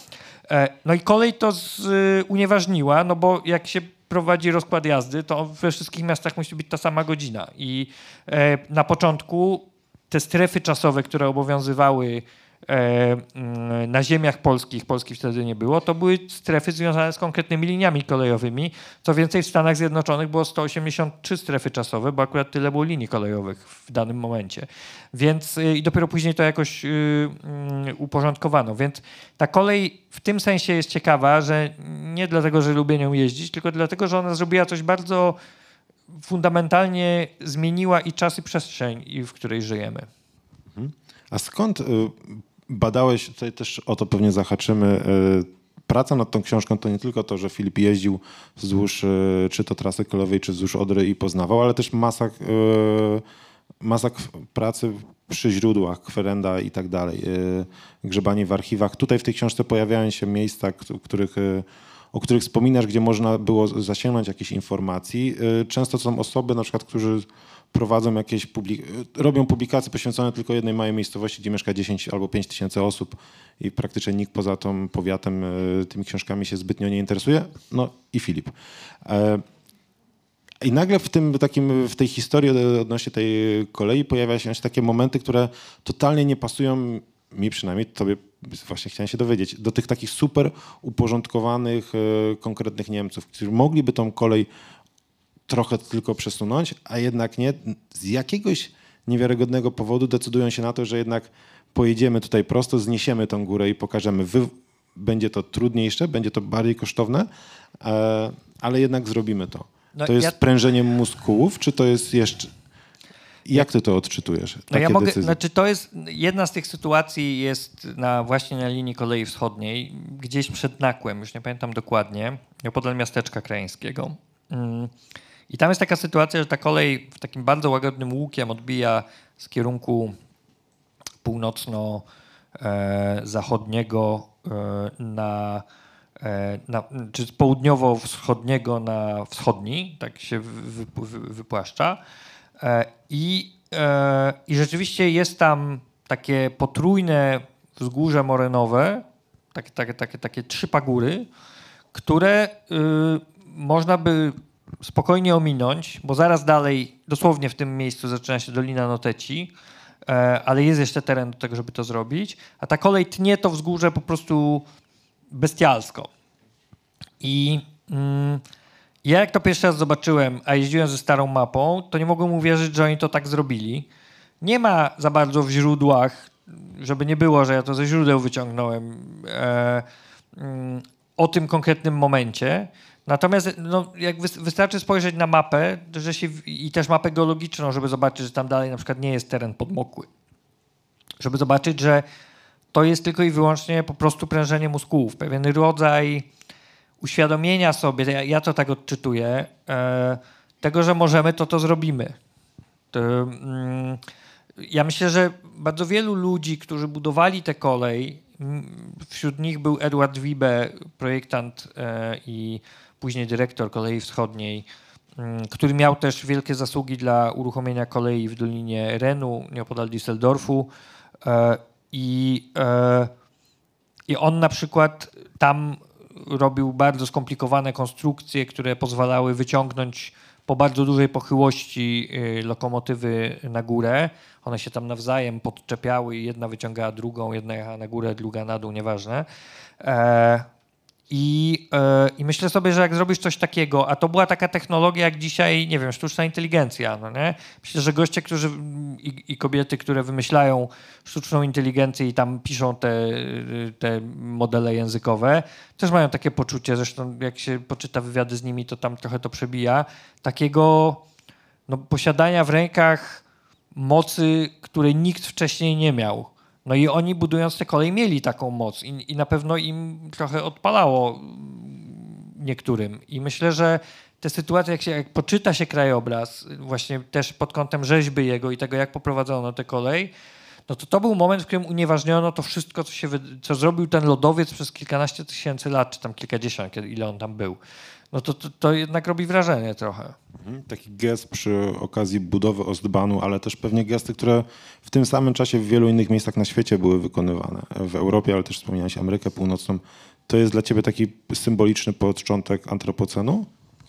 No i kolej to z, y, unieważniła, no bo jak się prowadzi rozkład jazdy, to we wszystkich miastach musi być ta sama godzina. I e, na początku te strefy czasowe, które obowiązywały e, m, na ziemiach polskich, Polski wtedy nie było, to były strefy związane z konkretnymi liniami kolejowymi. Co więcej, w Stanach Zjednoczonych było sto osiemdziesiąt trzy strefy czasowe, bo akurat tyle było linii kolejowych w danym momencie. Więc y, i dopiero później to jakoś y, y, uporządkowano. Więc ta kolej w tym sensie jest ciekawa, że nie dlatego, że lubię nią jeździć, tylko dlatego, że ona zrobiła coś bardzo fundamentalnie, zmieniła i czas, i przestrzeń, w której żyjemy. A skąd y, badałeś, tutaj też o to pewnie zahaczymy, y, praca nad tą książką to nie tylko to, że Filip jeździł wzdłuż y, czy to trasy kolejowej, czy wzdłuż Odry i poznawał, ale też masa, y, masa pracy przy źródłach, kwerenda i tak dalej, y, grzebanie w archiwach. Tutaj w tej książce pojawiają się miejsca, których, y, o których wspominasz, gdzie można było zasięgnąć jakichś informacji. Y, często to są osoby, na przykład, którzy prowadzą jakieś, publik- robią publikacje poświęcone tylko jednej małej miejscowości, gdzie mieszka dziesięć albo pięć tysięcy osób i praktycznie nikt poza tą powiatem y, tymi książkami się zbytnio nie interesuje. No i Filip. E, I nagle w tym takim, w tej historii odnośnie tej kolei pojawia się takie momenty, które totalnie nie pasują mi przynajmniej, tobie właśnie chciałem się dowiedzieć, do tych takich super uporządkowanych, y, konkretnych Niemców, którzy mogliby tą kolej trochę tylko przesunąć, a jednak nie. Z jakiegoś niewiarygodnego powodu decydują się na to, że jednak pojedziemy tutaj prosto, zniesiemy tą górę i pokażemy. Wy... Będzie to trudniejsze, będzie to bardziej kosztowne, e, ale jednak zrobimy to. No to jest ja... sprężenie muskułów, czy to jest jeszcze... Jak ty to odczytujesz? No Takie ja mogę, decyzje? znaczy to jest, jedna z tych sytuacji jest na, właśnie na linii kolei wschodniej, gdzieś przed Nakłem, już nie pamiętam dokładnie, podal miasteczka krajeńskiego. Mm. I tam jest taka sytuacja, że ta kolej w takim bardzo łagodnym łukiem odbija z kierunku północno-zachodniego na, na, czy z południowo-wschodniego na wschodni, tak się wy, wy, wypłaszcza. I, I rzeczywiście jest tam takie potrójne wzgórze morynowe, takie, takie, takie, takie trzy pagóry, które y, można by spokojnie ominąć, bo zaraz dalej, dosłownie w tym miejscu zaczyna się Dolina Noteci, e, ale jest jeszcze teren do tego, żeby to zrobić, a ta kolej tnie to wzgórze po prostu bestialsko. I mm, ja jak to pierwszy raz zobaczyłem, a jeździłem ze starą mapą, to nie mogłem uwierzyć, że oni to tak zrobili. Nie ma za bardzo w źródłach, żeby nie było, że ja to ze źródeł wyciągnąłem, e, mm, o tym konkretnym momencie. Natomiast no, jak wystarczy spojrzeć na mapę że się, i też mapę geologiczną, żeby zobaczyć, że tam dalej na przykład nie jest teren podmokły. Żeby zobaczyć, że to jest tylko i wyłącznie po prostu prężenie mózgów, pewien rodzaj uświadomienia sobie, ja, ja to tak odczytuję, e, tego, że możemy, to to zrobimy. To, mm, ja myślę, że bardzo wielu ludzi, którzy budowali tę kolej, wśród nich był Edward Wiebe, projektant e, i później dyrektor Kolei Wschodniej, m, który miał też wielkie zasługi dla uruchomienia kolei w Dolinie Renu, nieopodal Düsseldorfu. E, i, e, I on na przykład tam robił bardzo skomplikowane konstrukcje, które pozwalały wyciągnąć po bardzo dużej pochyłości y, lokomotywy na górę. One się tam nawzajem podczepiały i jedna wyciągała drugą, jedna jechała na górę, druga na dół, nieważne. E, i, e, I myślę sobie, że jak zrobisz coś takiego, a to była taka technologia jak dzisiaj, nie wiem, sztuczna inteligencja, no nie? Myślę, że goście, którzy i, i kobiety, które wymyślają sztuczną inteligencję i tam piszą te, te modele językowe, też mają takie poczucie, zresztą jak się poczyta wywiady z nimi, to tam trochę to przebija, takiego no, posiadania w rękach mocy, której nikt wcześniej nie miał. No i oni budując te kolej mieli taką moc i, i na pewno im trochę odpalało niektórym. I myślę, że te sytuacje, jak, się, jak poczyta się krajobraz, właśnie też pod kątem rzeźby jego i tego, jak poprowadzono tę kolej, no to to był moment, w którym unieważniono to wszystko, co, się, co zrobił ten lodowiec przez kilkanaście tysięcy lat, czy tam kilkadziesiąt, ile on tam był. No to, to, to jednak robi wrażenie trochę. Mhm, taki gest przy okazji budowy Ostbahnu, ale też pewnie gesty, które w tym samym czasie w wielu innych miejscach na świecie były wykonywane. W Europie, ale też wspomniałeś Amerykę Północną. To jest dla ciebie taki symboliczny początek antropocenu?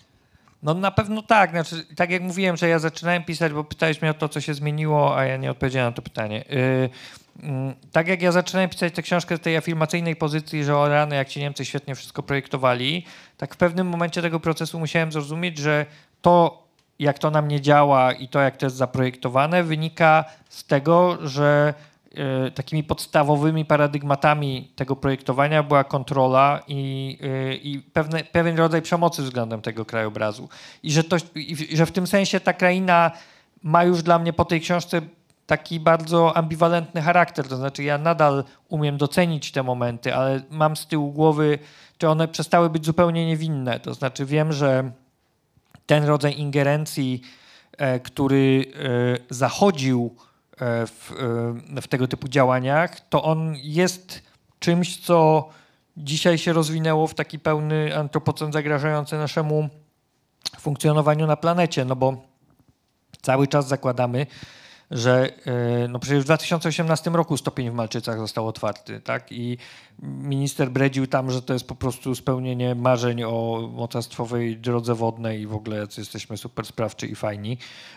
No na pewno tak. Znaczy, tak jak mówiłem, że ja zaczynałem pisać, bo pytałeś mnie o to, co się zmieniło, a ja nie odpowiedziałem na to pytanie. Yy, yy, tak jak ja zaczynałem pisać tę książkę z tej afirmacyjnej pozycji, że o rany, jak ci Niemcy świetnie wszystko projektowali, tak w pewnym momencie tego procesu musiałem zrozumieć, że to, jak to na mnie działa i to, jak to jest zaprojektowane, wynika z tego, że y, takimi podstawowymi paradygmatami tego projektowania była kontrola i, y, i pewne, pewien rodzaj przemocy względem tego krajobrazu. I że, to, i że w tym sensie ta kraina ma już dla mnie po tej książce taki bardzo ambiwalentny charakter. To znaczy ja nadal umiem docenić te momenty, ale mam z tyłu głowy, czy one przestały być zupełnie niewinne. To znaczy wiem, że ten rodzaj ingerencji, e, który e, zachodził e, w, e, w tego typu działaniach, to on jest czymś, co dzisiaj się rozwinęło w taki pełny antropocen zagrażający naszemu funkcjonowaniu na planecie, no bo cały czas zakładamy, że no przecież w dwa tysiące osiemnastym roku stopień w Malczycach został otwarty, tak? I minister bredził tam, że to jest po prostu spełnienie marzeń o mocarstwowej drodze wodnej i w ogóle jacy jesteśmy super sprawczy i fajni.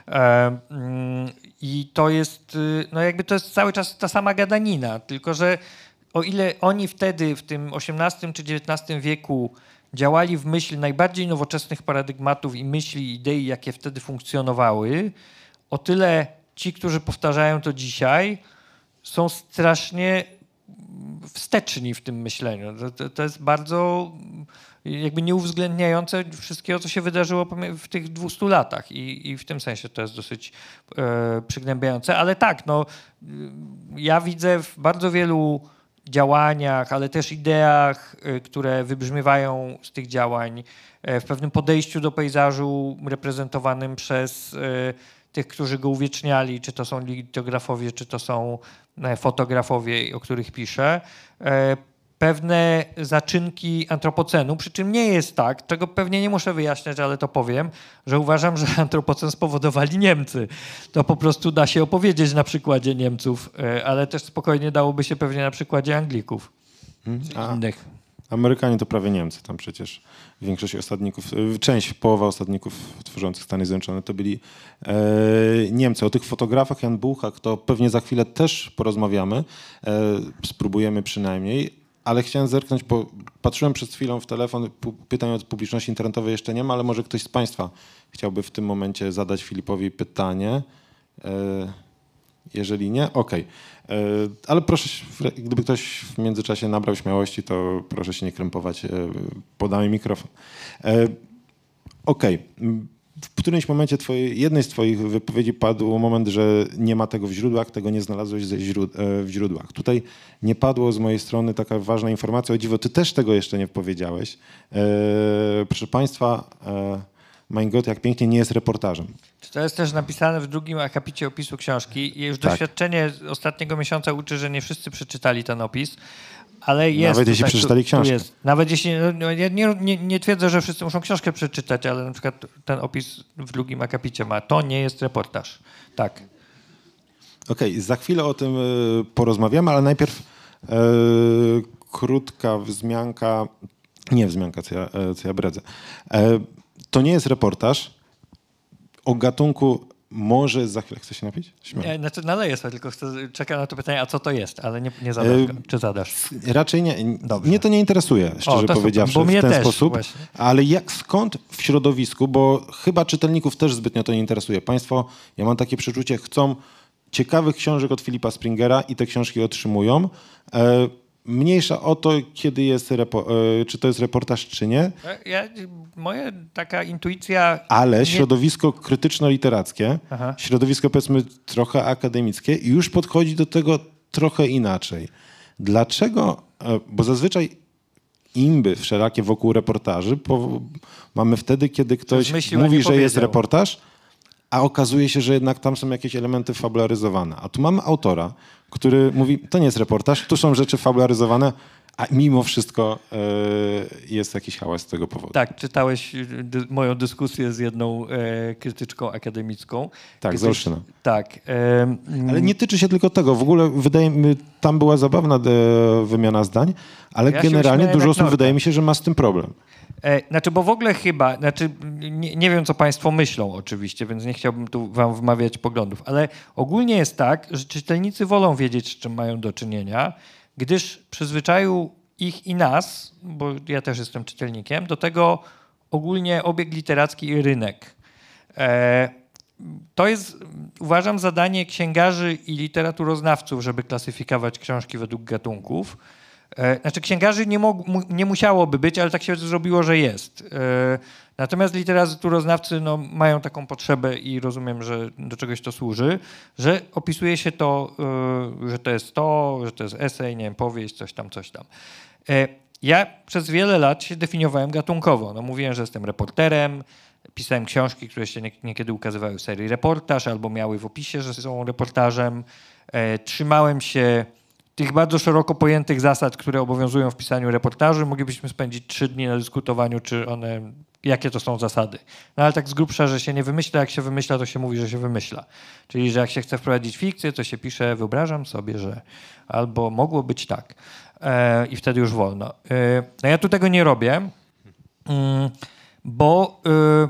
I to jest, no jakby to jest cały czas ta sama gadanina, tylko że o ile oni wtedy w tym osiemnastym czy dziewiętnastym wieku działali w myśl najbardziej nowoczesnych paradygmatów i myśli, idei, jakie wtedy funkcjonowały, o tyle ci, którzy powtarzają to dzisiaj, są strasznie wsteczni w tym myśleniu. To, to jest bardzo jakby nieuwzględniające wszystkiego, co się wydarzyło w tych dwustu latach i, i w tym sensie to jest dosyć e, przygnębiające. Ale tak, no, ja widzę w bardzo wielu działaniach, ale też ideach, które wybrzmiewają z tych działań, w pewnym podejściu do pejzażu reprezentowanym przez tych, którzy go uwieczniali, czy to są litografowie, czy to są fotografowie, o których piszę, pewne zaczynki antropocenu, przy czym nie jest tak, czego pewnie nie muszę wyjaśniać, ale to powiem, że uważam, że antropocen spowodowali Niemcy. To po prostu da się opowiedzieć na przykładzie Niemców, ale też spokojnie dałoby się pewnie na przykładzie Anglików. A innych. Amerykanie to prawie Niemcy, tam przecież większość osadników, część, połowa osadników tworzących Stany Zjednoczone to byli e, Niemcy. O tych fotografach, Jan Buchak, to pewnie za chwilę też porozmawiamy, e, spróbujemy przynajmniej, ale chciałem zerknąć, bo patrzyłem przed chwilą w telefon, pytań od publiczności internetowej jeszcze nie ma, ale może ktoś z Państwa chciałby w tym momencie zadać Filipowi pytanie. E, Jeżeli nie, okej. Okay. Ale proszę, gdyby ktoś w międzyczasie nabrał śmiałości, to proszę się nie krępować. Podamy mikrofon. Okej. Okay. W którymś momencie twojej, jednej z twoich wypowiedzi padł moment, że nie ma tego w źródłach, tego nie znalazłeś ze źród, w źródłach. Tutaj nie padło z mojej strony taka ważna informacja. O dziwo, ty też tego jeszcze nie powiedziałeś. E, proszę państwa, e, Mein Gott, jak pięknie, nie jest reportażem. To jest też napisane w drugim akapicie opisu książki. I już tak. Doświadczenie z ostatniego miesiąca uczy, że nie wszyscy przeczytali ten opis. Ale jest. Nawet jeśli tak, przeczytali tu, książkę. Tu jest. Nawet jeśli. No, ja nie, nie, nie twierdzę, że wszyscy muszą książkę przeczytać, ale na przykład ten opis w drugim akapicie ma. To nie jest reportaż. Tak. Okej, okay, za chwilę o tym y, porozmawiamy, ale najpierw y, krótka wzmianka. Nie wzmianka, co ja, co ja bredzę. E, to nie jest reportaż o gatunku. Może za chwilę. Chcesz się napić? Nie, znaczy naleję sobie, tylko chcę, czekam na to pytanie, a co to jest, ale nie, nie zadasz go. Czy zadasz? Raczej nie. Dobrze. Mnie to nie interesuje, szczerze o, powiedziawszy, super, bo w mnie ten też, sposób. Właśnie. Ale jak skąd w środowisku, bo chyba czytelników też zbytnio to nie interesuje. Państwo, ja mam takie przeczucie, chcą ciekawych książek od Philippa Springera i te książki otrzymują. E, Mniejsza o to, kiedy jest repo, czy to jest reportaż, czy nie. Ja, moja taka intuicja... Ale nie... środowisko krytyczno-literackie, Aha. środowisko powiedzmy trochę akademickie już podchodzi do tego trochę inaczej. Dlaczego? Bo zazwyczaj imby wszelakie wokół reportaży po, mamy wtedy, kiedy ktoś Zmyślił, mówi, że powiedział. jest reportaż, a okazuje się, że jednak tam są jakieś elementy fabularyzowane. A tu mamy autora, który mówi, to nie jest reportaż, tu są rzeczy fabularyzowane, a mimo wszystko e, jest jakiś hałas z tego powodu. Tak, czytałeś dy, moją dyskusję z jedną e, krytyczką akademicką. Tak, z Olszyna. Tak. E, ale nie tyczy się tylko tego. W ogóle wydaje mi tam była zabawna de, wymiana zdań, ale ja generalnie dużo osób wydaje mi się, że ma z tym problem. Znaczy, bo w ogóle chyba, znaczy nie, nie wiem, co państwo myślą oczywiście, więc nie chciałbym tu wam wmawiać poglądów, ale ogólnie jest tak, że czytelnicy wolą wiedzieć, z czym mają do czynienia, gdyż przyzwyczaił ich i nas, bo ja też jestem czytelnikiem, do tego ogólnie obieg literacki i rynek. To jest, uważam, zadanie księgarzy i literaturoznawców, żeby klasyfikować książki według gatunków. Znaczy księgarzy nie, mog, nie musiałoby być, ale tak się zrobiło, że jest. Natomiast literaturoznawcy no, mają taką potrzebę i rozumiem, że do czegoś to służy, że opisuje się to, że to jest to, że to jest esej, nie wiem, powieść, coś tam, coś tam. Ja przez wiele lat się definiowałem gatunkowo. No, mówiłem, że jestem reporterem, pisałem książki, które się niekiedy ukazywały w serii reportaż albo miały w opisie, że są reportażem. Trzymałem się tych bardzo szeroko pojętych zasad, które obowiązują w pisaniu reportaży. Moglibyśmy spędzić trzy dni na dyskutowaniu, czy one, jakie to są zasady. No ale tak z grubsza, że się nie wymyśla, jak się wymyśla, to się mówi, że się wymyśla. Czyli, że jak się chce wprowadzić fikcję, to się pisze, wyobrażam sobie, że albo mogło być tak. E, I wtedy już wolno. E, no ja tu tego nie robię, mm, bo e,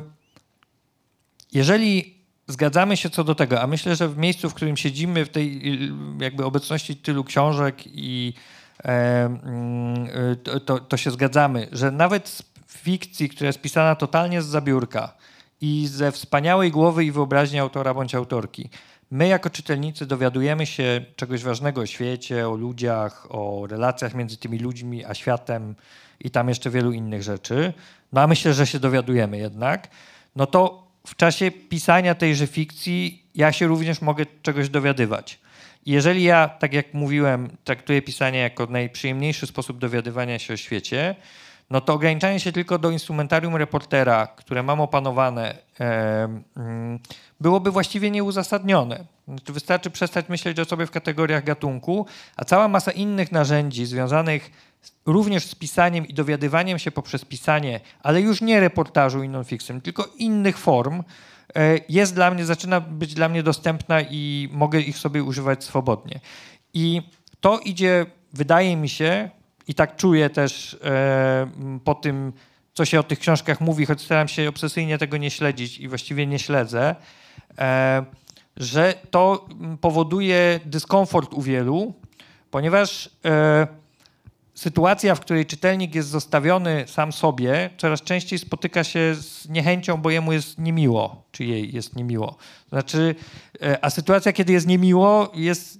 jeżeli zgadzamy się co do tego, a myślę, że w miejscu, w którym siedzimy, w tej jakby obecności tylu książek i e, to, to, to się zgadzamy, że nawet z fikcji, która jest pisana totalnie z zabiórka i ze wspaniałej głowy i wyobraźni autora bądź autorki, my jako czytelnicy dowiadujemy się czegoś ważnego o świecie, o ludziach, o relacjach między tymi ludźmi a światem i tam jeszcze wielu innych rzeczy, no a myślę, że się dowiadujemy jednak, no to w czasie pisania tejże fikcji ja się również mogę czegoś dowiadywać. Jeżeli ja, tak jak mówiłem, traktuję pisanie jako najprzyjemniejszy sposób dowiadywania się o świecie, no to ograniczanie się tylko do instrumentarium reportera, które mam opanowane, e, mm, byłoby właściwie nieuzasadnione. Znaczy, wystarczy przestać myśleć o sobie w kategoriach gatunku, a cała masa innych narzędzi związanych również z pisaniem i dowiadywaniem się poprzez pisanie, ale już nie reportażu i non-fiction, tylko innych form, jest dla mnie, zaczyna być dla mnie dostępna i mogę ich sobie używać swobodnie. I to idzie, wydaje mi się, i tak czuję też e, po tym, co się o tych książkach mówi, choć staram się obsesyjnie tego nie śledzić i właściwie nie śledzę, e, że to powoduje dyskomfort u wielu, ponieważ e, sytuacja, w której czytelnik jest zostawiony sam sobie, coraz częściej spotyka się z niechęcią, bo jemu jest niemiło, czy jej jest niemiło. Znaczy, a sytuacja, kiedy jest niemiło, jest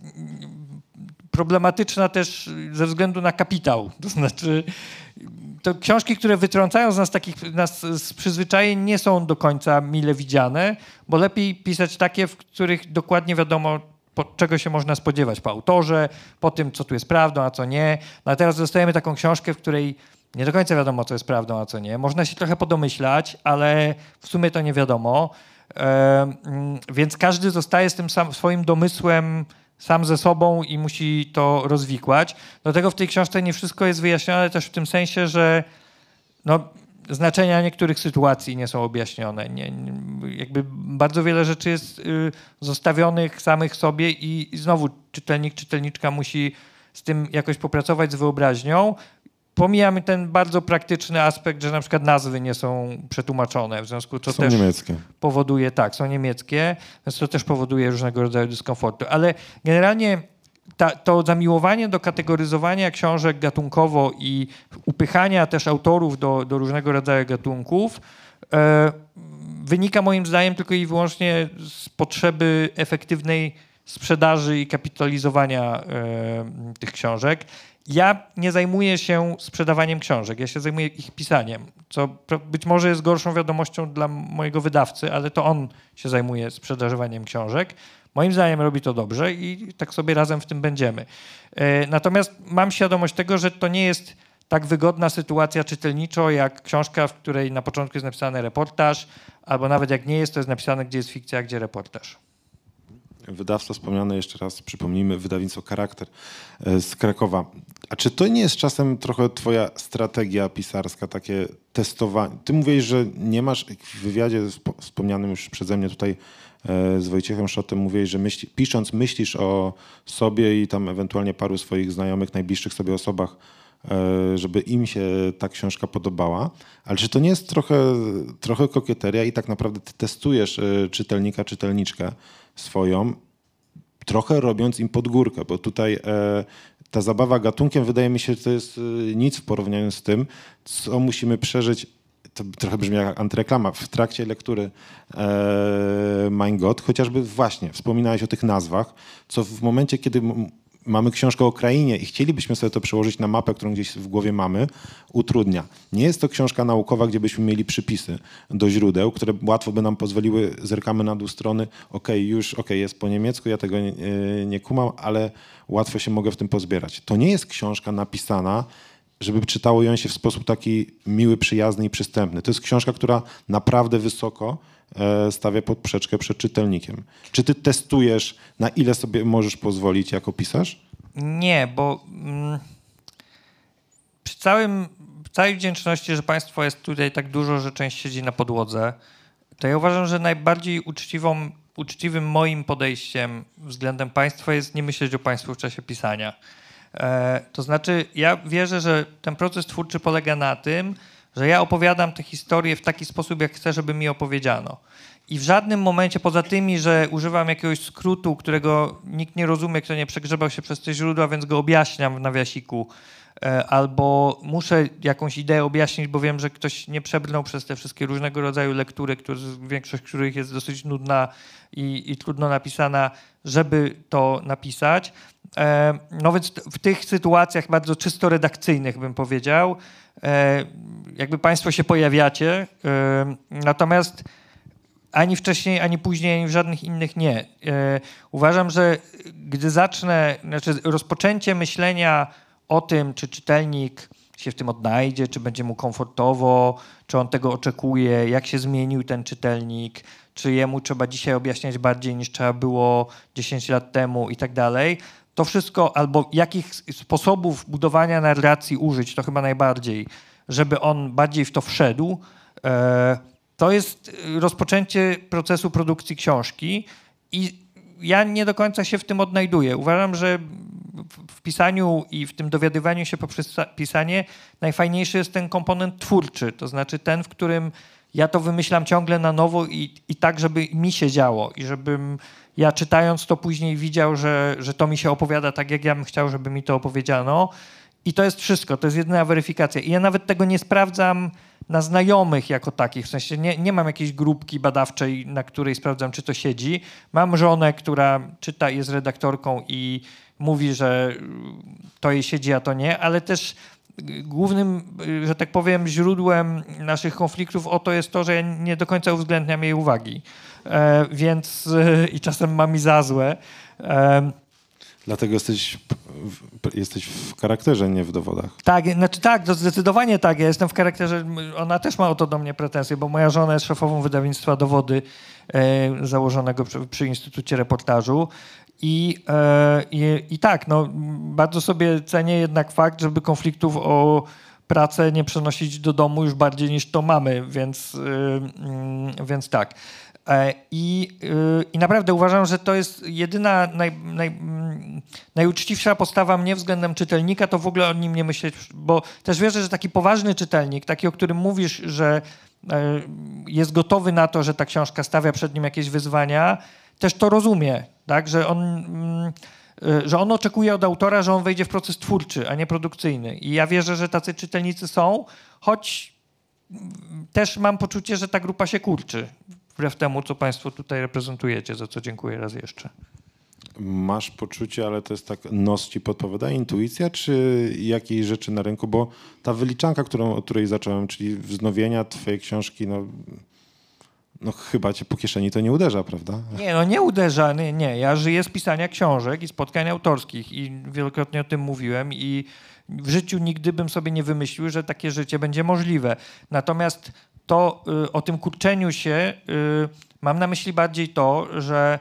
problematyczna też ze względu na kapitał. To znaczy, to książki, które wytrącają z nas takich nas z przyzwyczajeń, nie są do końca mile widziane, bo lepiej pisać takie, w których dokładnie wiadomo, po, czego się można spodziewać po autorze, po tym, co tu jest prawdą, a co nie. No a teraz dostajemy taką książkę, w której nie do końca wiadomo, co jest prawdą, a co nie. Można się trochę podomyślać, ale w sumie to nie wiadomo. E, więc każdy zostaje z tym sam, swoim domysłem sam ze sobą i musi to rozwikłać. Dlatego w tej książce nie wszystko jest wyjaśnione też w tym sensie, że no, znaczenia niektórych sytuacji nie są objaśnione. Nie, nie, jakby bardzo wiele rzeczy jest y, zostawionych samych sobie i, i znowu czytelnik, czytelniczka musi z tym jakoś popracować, z wyobraźnią. Pomijamy ten bardzo praktyczny aspekt, że na przykład nazwy nie są przetłumaczone, w związku z czym są też niemieckie. powoduje, tak, są niemieckie, więc to też powoduje różnego rodzaju dyskomfortu. Ale generalnie ta, to zamiłowanie do kategoryzowania książek gatunkowo i upychania też autorów do, do różnego rodzaju gatunków e, wynika moim zdaniem tylko i wyłącznie z potrzeby efektywnej sprzedaży i kapitalizowania e, tych książek. Ja nie zajmuję się sprzedawaniem książek, ja się zajmuję ich pisaniem, co być może jest gorszą wiadomością dla mojego wydawcy, ale to on się zajmuje sprzedawaniem książek. Moim zdaniem robi to dobrze i tak sobie razem w tym będziemy. Natomiast mam świadomość tego, że to nie jest tak wygodna sytuacja czytelniczo, jak książka, w której na początku jest napisany reportaż, albo nawet jak nie jest, to jest napisane, gdzie jest fikcja, a gdzie reportaż. Wydawca wspomniany, jeszcze raz przypomnijmy, wydawnictwo Charakter z Krakowa. A czy to nie jest czasem trochę twoja strategia pisarska, takie testowanie? Ty mówisz, że nie masz, w wywiadzie wspomnianym już przeze mnie tutaj z Wojciechem Szotem mówiłeś, że myśli, pisząc myślisz o sobie i tam ewentualnie paru swoich znajomych, najbliższych sobie osobach, żeby im się ta książka podobała. Ale czy to nie jest trochę, trochę kokieteria i tak naprawdę ty testujesz czytelnika, czytelniczkę swoją, trochę robiąc im pod górkę, bo tutaj e, ta zabawa gatunkiem wydaje mi się, że to jest e, nic w porównaniu z tym, co musimy przeżyć, to trochę brzmi jak antyreklama, w trakcie lektury e, Mein Gott, chociażby właśnie wspominałeś o tych nazwach, co w momencie, kiedy m- mamy książkę o krainie i chcielibyśmy sobie to przełożyć na mapę, którą gdzieś w głowie mamy, utrudnia. Nie jest to książka naukowa, gdzie byśmy mieli przypisy do źródeł, które łatwo by nam pozwoliły, zerkamy na dół strony, okej, okay, już okej, okay, jest po niemiecku, ja tego nie, nie kumam, ale łatwo się mogę w tym pozbierać. To nie jest książka napisana, żeby czytało ją się w sposób taki miły, przyjazny i przystępny. To jest książka, która naprawdę wysoko stawia poprzeczkę przed czytelnikiem. Czy ty testujesz, na ile sobie możesz pozwolić jako pisarz? Nie, bo mm, przy całym, całej wdzięczności, że państwo jest tutaj tak dużo, że część siedzi na podłodze, to ja uważam, że najbardziej uczciwą, uczciwym moim podejściem względem państwa jest nie myśleć o państwu w czasie pisania. E, to znaczy, ja wierzę, że ten proces twórczy polega na tym, że ja opowiadam tę historię w taki sposób, jak chcę, żeby mi opowiedziano. I w żadnym momencie, poza tymi, że używam jakiegoś skrótu, którego nikt nie rozumie, kto nie przegrzebał się przez te źródła, więc go objaśniam w nawiasiku, albo muszę jakąś ideę objaśnić, bo wiem, że ktoś nie przebrnął przez te wszystkie różnego rodzaju lektury, które, większość których jest dosyć nudna i, i trudno napisana, żeby to napisać. No więc w tych sytuacjach bardzo czysto redakcyjnych, bym powiedział, jakby państwo się pojawiacie, natomiast ani wcześniej, ani później, ani w żadnych innych nie. Uważam, że gdy zacznę, znaczy rozpoczęcie myślenia o tym, czy czytelnik się w tym odnajdzie, czy będzie mu komfortowo, czy on tego oczekuje, jak się zmienił ten czytelnik, czy jemu trzeba dzisiaj objaśniać bardziej niż trzeba było dziesięć lat temu i tak dalej. To wszystko, albo jakich sposobów budowania narracji użyć, to chyba najbardziej, żeby on bardziej w to wszedł, to jest rozpoczęcie procesu produkcji książki i ja nie do końca się w tym odnajduję. Uważam, że w pisaniu i w tym dowiadywaniu się poprzez pisanie najfajniejszy jest ten komponent twórczy, to znaczy ten, w którym ja to wymyślam ciągle na nowo i, i tak, żeby mi się działo i żebym ja czytając to później widział, że, że to mi się opowiada tak, jak ja bym chciał, żeby mi to opowiedziano. I to jest wszystko, to jest jedyna weryfikacja. I ja nawet tego nie sprawdzam na znajomych jako takich, w sensie nie, nie mam jakiejś grupki badawczej, na której sprawdzam, czy to siedzi. Mam żonę, która czyta, jest redaktorką i mówi, że to jej siedzi, a to nie, ale też głównym, że tak powiem, źródłem naszych konfliktów o to jest to, że ja nie do końca uwzględniam jej uwagi. E, więc e, i czasem mam mi za złe. E, Dlatego jesteś, jesteś w charakterze, nie w dowodach. Tak, znaczy tak, to zdecydowanie tak. Ja jestem w charakterze, ona też ma o to do mnie pretensje, bo moja żona jest szefową wydawnictwa Dowody e, założonego przy, przy Instytucie Reportażu. I, e, i, I tak, no, bardzo sobie cenię jednak fakt, żeby konfliktów o pracę nie przenosić do domu już bardziej niż to mamy, więc, yy, więc tak. E, I, yy, I naprawdę uważam, że to jest jedyna, naj, naj, najuczciwsza postawa mnie względem czytelnika, to w ogóle o nim nie myśleć, bo też wierzę, że taki poważny czytelnik, taki, o którym mówisz, że yy, jest gotowy na to, że ta książka stawia przed nim jakieś wyzwania, też to rozumie, tak? Że on, mm, że on oczekuje od autora, że on wejdzie w proces twórczy, a nie produkcyjny. I ja wierzę, że tacy czytelnicy są, choć też mam poczucie, że ta grupa się kurczy, wbrew temu, co państwo tutaj reprezentujecie, za co dziękuję raz jeszcze. Masz poczucie, ale to jest tak, nos ci podpowiada, intuicja, czy jakiejś rzeczy na rynku? Bo ta wyliczanka, którą, od której zacząłem, czyli wznowienia twojej książki, no... No chyba cię po kieszeni to nie uderza, prawda? Nie, no nie uderza, nie, nie. Ja żyję z pisania książek i spotkań autorskich i wielokrotnie o tym mówiłem i w życiu nigdy bym sobie nie wymyślił, że takie życie będzie możliwe. Natomiast to y, o tym kurczeniu się y, mam na myśli bardziej to, że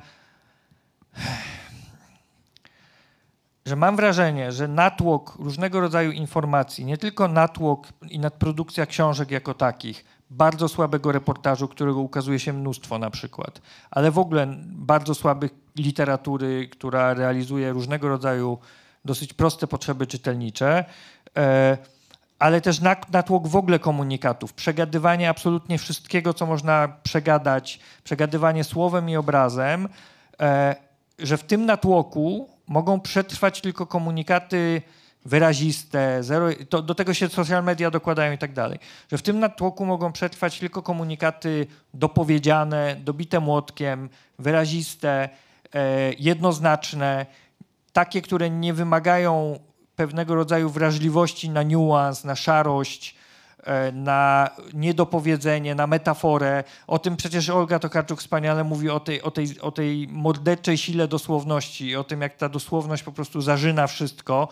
że mam wrażenie, że natłok różnego rodzaju informacji, nie tylko natłok i nadprodukcja książek jako takich, bardzo słabego reportażu, którego ukazuje się mnóstwo na przykład, ale w ogóle bardzo słabych literatury, która realizuje różnego rodzaju dosyć proste potrzeby czytelnicze, e, ale też natłok w ogóle komunikatów, przegadywanie absolutnie wszystkiego, co można przegadać, przegadywanie słowem i obrazem, e, że w tym natłoku mogą przetrwać tylko komunikaty wyraziste, zero, to, do tego się social media dokładają i tak dalej, że w tym natłoku mogą przetrwać tylko komunikaty dopowiedziane, dobite młotkiem, wyraziste, e, jednoznaczne, takie, które nie wymagają pewnego rodzaju wrażliwości na niuans, na szarość, e, na niedopowiedzenie, na metaforę. O tym przecież Olga Tokarczuk wspaniale mówi o tej, o tej, o tej morderczej sile dosłowności, o tym, jak ta dosłowność po prostu zarzyna wszystko.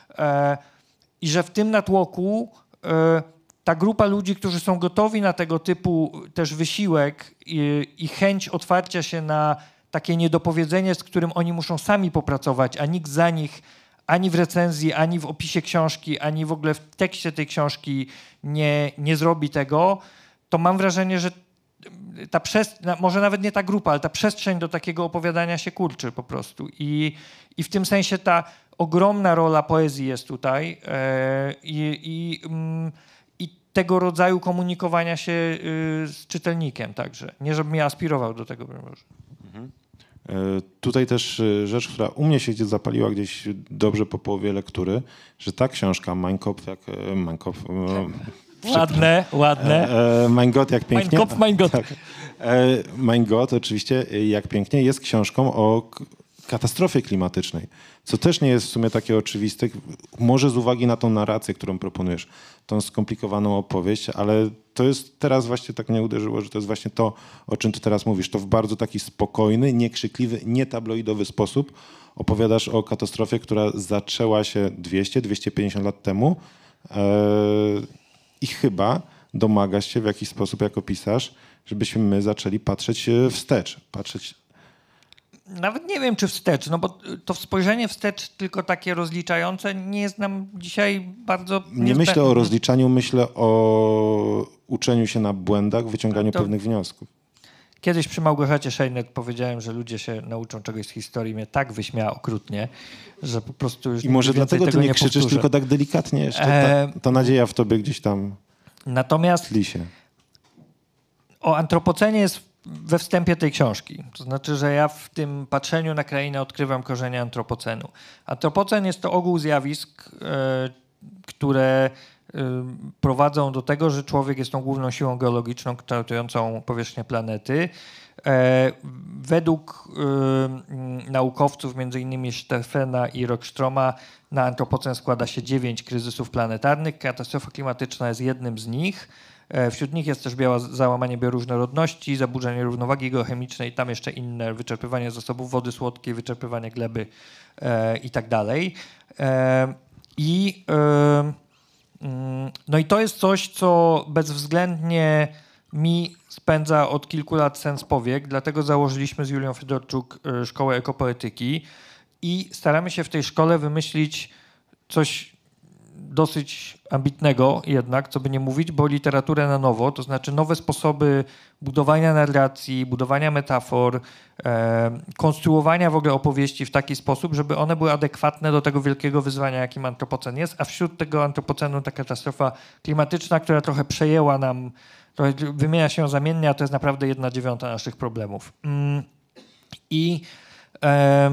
I że w tym natłoku ta grupa ludzi, którzy są gotowi na tego typu też wysiłek i, i chęć otwarcia się na takie niedopowiedzenie, z którym oni muszą sami popracować, a nikt za nich ani w recenzji, ani w opisie książki, ani w ogóle w tekście tej książki nie, nie zrobi tego, to mam wrażenie, że ta przestrzeń, może nawet nie ta grupa, ale ta przestrzeń do takiego opowiadania się kurczy po prostu. I, i w tym sensie ta ogromna rola poezji jest tutaj e, i, i, mm, i tego rodzaju komunikowania się y, z czytelnikiem także. Nie, żebym ja aspirował do tego. Mhm. E, tutaj też rzecz, która u mnie się gdzieś zapaliła gdzieś dobrze po połowie lektury, że ta książka Mein Kopf, jak Mein Kopf, e, ładne, ładne. E, e, Mein Gott, jak pięknie. Mein Kopf, Mein Gott. Tak. E, Mein Gott, oczywiście, jak pięknie, jest książką o k- katastrofie klimatycznej, co też nie jest w sumie takie oczywiste, może z uwagi na tą narrację, którą proponujesz, tą skomplikowaną opowieść, ale to jest teraz właśnie tak mnie uderzyło, że to jest właśnie to, o czym ty teraz mówisz. To w bardzo taki spokojny, niekrzykliwy, nietabloidowy sposób opowiadasz o katastrofie, która zaczęła się dwieście dwieście pięćdziesiąt lat temu e, i chyba domagasz się w jakiś sposób jako pisarz, żebyśmy my zaczęli patrzeć wstecz, patrzeć. Nawet nie wiem, czy wstecz, no bo to spojrzenie wstecz tylko takie rozliczające nie jest nam dzisiaj bardzo Nie niezbędne. myślę o rozliczaniu, myślę o uczeniu się na błędach, wyciąganiu to... pewnych wniosków. Kiedyś przy Małgorzacie Szejnet powiedziałem, że ludzie się nauczą czegoś z historii. Mnie tak wyśmiała okrutnie, że po prostu już I może dlatego ty tego nie, nie krzyczysz, powtórzę. tylko tak delikatnie jeszcze. E... Ta, ta nadzieja w tobie gdzieś tam Natomiast tli się. O antropocenie jest we wstępie tej książki. To znaczy, że ja w tym patrzeniu na krainę odkrywam korzenie antropocenu. Antropocen jest to ogół zjawisk, które prowadzą do tego, że człowiek jest tą główną siłą geologiczną kształtującą powierzchnię planety. Według naukowców, między innymi Stefana i Rockstroma, na antropocen składa się dziewięć kryzysów planetarnych. Katastrofa klimatyczna jest jednym z nich. Wśród nich jest też białe załamanie bioróżnorodności, zaburzenie równowagi geochemicznej, tam jeszcze inne, wyczerpywanie zasobów wody słodkiej, wyczerpywanie gleby e, i tak dalej. E, I e, no i to jest coś, co bezwzględnie mi spędza od kilku lat sens powiek, dlatego założyliśmy z Julią Fedorczuk Szkołę Ekopoetyki i staramy się w tej szkole wymyślić coś dosyć ambitnego jednak, co by nie mówić, bo literaturę na nowo, to znaczy nowe sposoby budowania narracji, budowania metafor, e, konstruowania w ogóle opowieści w taki sposób, żeby one były adekwatne do tego wielkiego wyzwania, jakim antropocen jest, a wśród tego antropocenu ta katastrofa klimatyczna, która trochę przejęła nam, trochę wymienia się zamiennie, a to jest naprawdę jedna dziewiąta naszych problemów. Mm. I, e,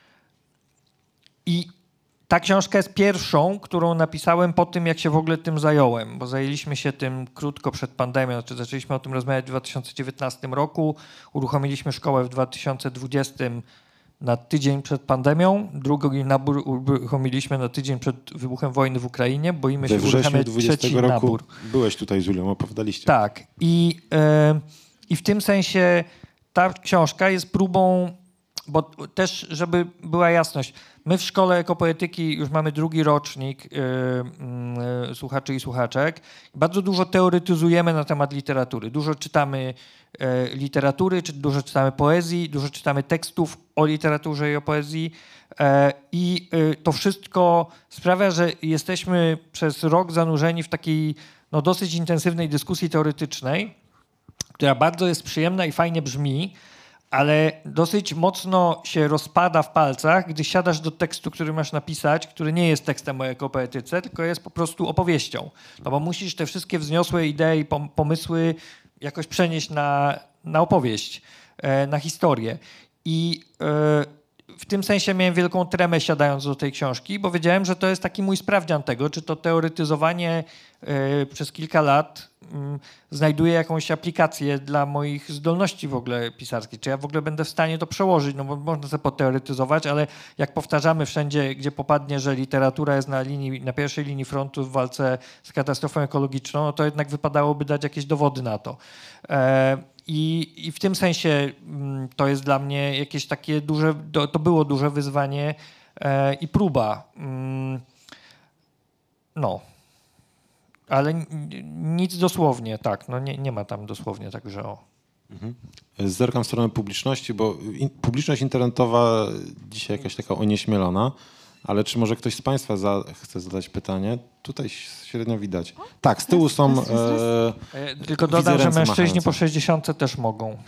i ta książka jest pierwszą, którą napisałem po tym, jak się w ogóle tym zająłem, bo zajęliśmy się tym krótko przed pandemią, znaczy zaczęliśmy o tym rozmawiać w dwa tysiące dziewiętnastym roku, uruchomiliśmy szkołę w dwa tysiące dwudziestym na tydzień przed pandemią, drugi nabór uruchomiliśmy na tydzień przed wybuchem wojny w Ukrainie, boimy się uruchamiać trzeci roku nabór. Byłeś tutaj z Julią, opowiadaliście. Tak i, yy, i w tym sensie ta książka jest próbą, bo też, żeby była jasność, my w Szkole Ekopoetyki już mamy drugi rocznik yy, yy, słuchaczy i słuchaczek. Bardzo dużo teoretyzujemy na temat literatury. Dużo czytamy yy, literatury, czy dużo czytamy poezji, dużo czytamy tekstów o literaturze i o poezji. Yy, I yy, to wszystko sprawia, że jesteśmy przez rok zanurzeni w takiej no, dosyć intensywnej dyskusji teoretycznej, która bardzo jest przyjemna i fajnie brzmi, ale dosyć mocno się rozpada w palcach, gdy siadasz do tekstu, który masz napisać, który nie jest tekstem o ekopoetyce, tylko jest po prostu opowieścią. No bo musisz te wszystkie wzniosłe idee i pomysły jakoś przenieść na, na opowieść, na historię. I w tym sensie miałem wielką tremę siadając do tej książki, bo wiedziałem, że to jest taki mój sprawdzian tego, czy to teoretyzowanie przez kilka lat znajduje jakąś aplikację dla moich zdolności w ogóle pisarskich. Czy ja w ogóle będę w stanie to przełożyć, no bo można sobie poteoretyzować, ale jak powtarzamy wszędzie, gdzie popadnie, że literatura jest na linii, na pierwszej linii frontu w walce z katastrofą ekologiczną, no to jednak wypadałoby dać jakieś dowody na to. I, I w tym sensie to jest dla mnie jakieś takie duże, to, to było duże wyzwanie i próba. No. Ale nic dosłownie, tak. No nie, nie ma tam dosłownie tak, że o. Mhm. Zerkam w stronę publiczności, bo in, publiczność internetowa dzisiaj jakaś taka onieśmielona, ale czy może ktoś z Państwa za, chce zadać pytanie? Tutaj średnio widać. Tak, z tyłu są... E, Tylko dodam, że mężczyźni po sześćdziesiątce też mogą.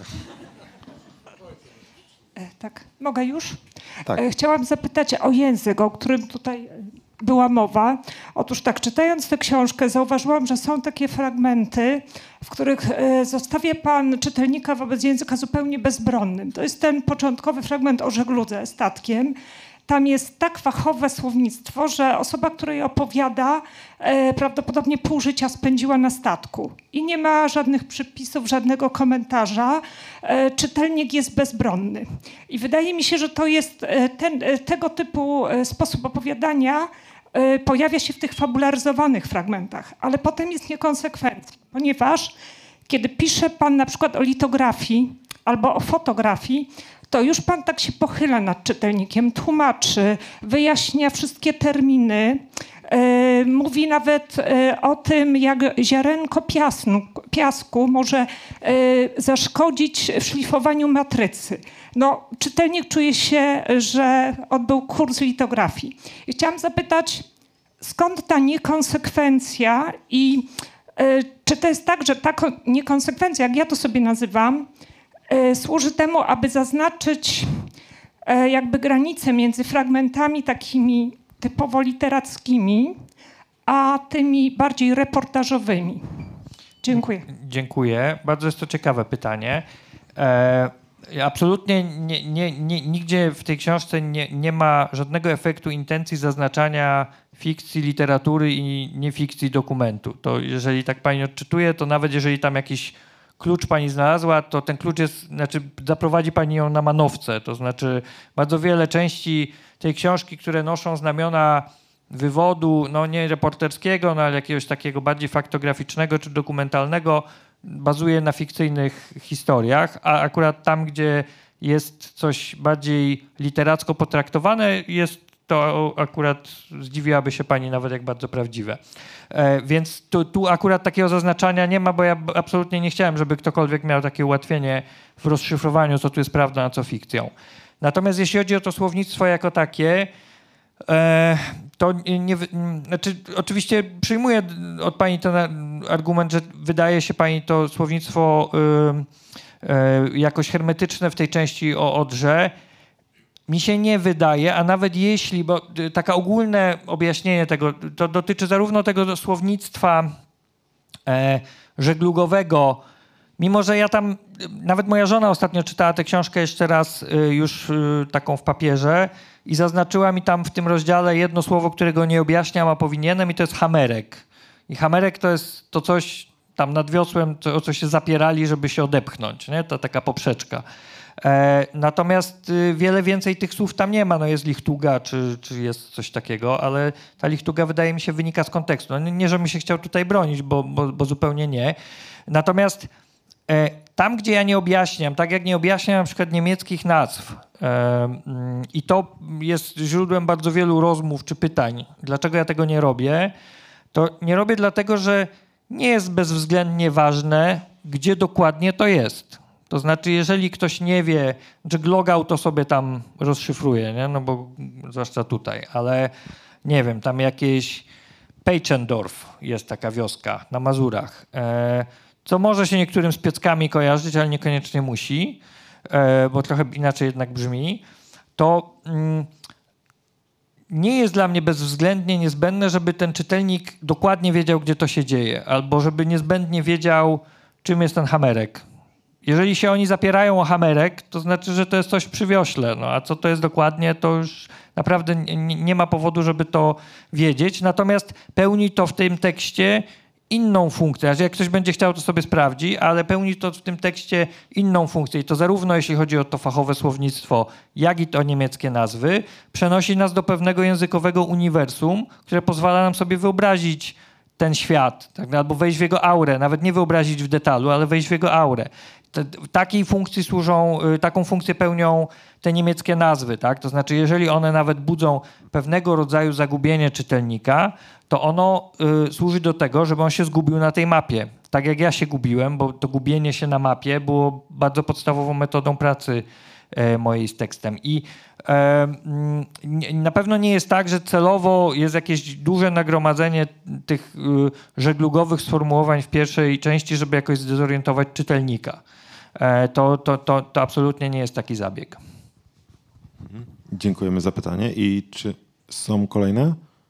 E, tak, mogę już? Tak. E, chciałam zapytać o język, o którym tutaj była mowa. Otóż tak, czytając tę książkę zauważyłam, że są takie fragmenty, w których e, zostawia pan czytelnika wobec języka zupełnie bezbronnym. To jest ten początkowy fragment o żegludze statkiem. Tam jest tak fachowe słownictwo, że osoba, która je opowiada, e, prawdopodobnie pół życia spędziła na statku. I nie ma żadnych przypisów, żadnego komentarza. E, czytelnik jest bezbronny. I wydaje mi się, że to jest e, ten, e, tego typu e, sposób opowiadania e, pojawia się w tych fabularyzowanych fragmentach, ale potem jest niekonsekwencją, ponieważ kiedy pisze pan na przykład o litografii albo o fotografii, to już pan tak się pochyla nad czytelnikiem, tłumaczy, wyjaśnia wszystkie terminy, yy, mówi nawet yy, o tym, jak ziarenko piasku, piasku może yy, zaszkodzić w szlifowaniu matrycy. No, czytelnik czuje się, że odbył kurs litografii. I chciałam zapytać, skąd ta niekonsekwencja i yy, czy to jest tak, że ta niekonsekwencja, jak ja to sobie nazywam, służy temu, aby zaznaczyć jakby granicę między fragmentami takimi typowo literackimi, a tymi bardziej reportażowymi. Dziękuję. Dziękuję. Bardzo jest to ciekawe pytanie. E, Absolutnie nie, nie, nie, nigdzie w tej książce nie, nie ma żadnego efektu intencji zaznaczania fikcji literatury i niefikcji dokumentu. To jeżeli tak pani odczytuje, to nawet jeżeli tam jakiś klucz pani znalazła, to ten klucz jest, znaczy zaprowadzi pani ją na manowce. To znaczy bardzo wiele części tej książki, które noszą znamiona wywodu, no nie reporterskiego, no ale jakiegoś takiego bardziej faktograficznego czy dokumentalnego, bazuje na fikcyjnych historiach, a akurat tam, gdzie jest coś bardziej literacko potraktowane, jest to akurat zdziwiłaby się pani nawet jak bardzo prawdziwe. E, więc tu, tu akurat takiego zaznaczania nie ma, bo ja absolutnie nie chciałem, żeby ktokolwiek miał takie ułatwienie w rozszyfrowaniu, co tu jest prawdą, a co fikcją. Natomiast jeśli chodzi o to słownictwo jako takie, e, to nie, znaczy oczywiście przyjmuję od pani ten argument, że wydaje się pani to słownictwo y, y, jakoś hermetyczne w tej części o Odrze. Mi się nie wydaje, a nawet jeśli, bo takie ogólne objaśnienie tego, to dotyczy zarówno tego słownictwa e, żeglugowego, mimo że ja tam, nawet moja żona ostatnio czytała tę książkę jeszcze raz y, już y, taką w papierze i zaznaczyła mi tam w tym rozdziale jedno słowo, którego nie objaśniam, a powinienem, i to jest hamerek. I hamerek to jest to coś tam nad wiosłem, to, o co się zapierali, żeby się odepchnąć, nie? To taka poprzeczka. E, natomiast y, wiele więcej tych słów tam nie ma. No jest lichtuga, czy, czy jest coś takiego, ale ta lichtuga wydaje mi się wynika z kontekstu. No, nie, nie, żebym się chciał tutaj bronić, bo, bo, bo zupełnie nie. Natomiast e, tam, gdzie ja nie objaśniam, tak jak nie objaśniam na przykład niemieckich nazw, e, i to jest źródłem bardzo wielu rozmów czy pytań, dlaczego ja tego nie robię, to nie robię dlatego, że nie jest bezwzględnie ważne, gdzie dokładnie to jest. To znaczy, jeżeli ktoś nie wie, że Glogau to sobie tam rozszyfruje, nie? No bo zwłaszcza tutaj, ale nie wiem, tam jakieś Peichendorf jest taka wioska na Mazurach, e, co może się niektórym z Pieckami kojarzyć, ale niekoniecznie musi, e, bo trochę inaczej jednak brzmi, to mm, nie jest dla mnie bezwzględnie niezbędne, żeby ten czytelnik dokładnie wiedział, gdzie to się dzieje, albo żeby niezbędnie wiedział, czym jest ten hamerek. Jeżeli się oni zapierają o hamerek, to znaczy, że to jest coś przy wiośle. No, a co to jest dokładnie, to już naprawdę nie, nie ma powodu, żeby to wiedzieć. Natomiast pełni to w tym tekście inną funkcję. Jak ktoś będzie chciał, to sobie sprawdzi, ale pełni to w tym tekście inną funkcję. I to zarówno jeśli chodzi o to fachowe słownictwo, jak i to niemieckie nazwy, przenosi nas do pewnego językowego uniwersum, które pozwala nam sobie wyobrazić ten świat, tak, albo wejść w jego aurę, nawet nie wyobrazić w detalu, ale wejść w jego aurę. Te, takiej funkcji służą, taką funkcję pełnią te niemieckie nazwy, tak? To znaczy, jeżeli one nawet budzą pewnego rodzaju zagubienie czytelnika, to ono y, służy do tego, żeby on się zgubił na tej mapie. Tak jak ja się gubiłem, bo to gubienie się na mapie było bardzo podstawową metodą pracy e, mojej z tekstem. I e, nie, na pewno nie jest tak, że celowo jest jakieś duże nagromadzenie tych y, żeglugowych sformułowań w pierwszej części, żeby jakoś zdezorientować czytelnika. E, to, to, to, to absolutnie nie jest taki zabieg. Dziękujemy za pytanie. I czy są kolejne?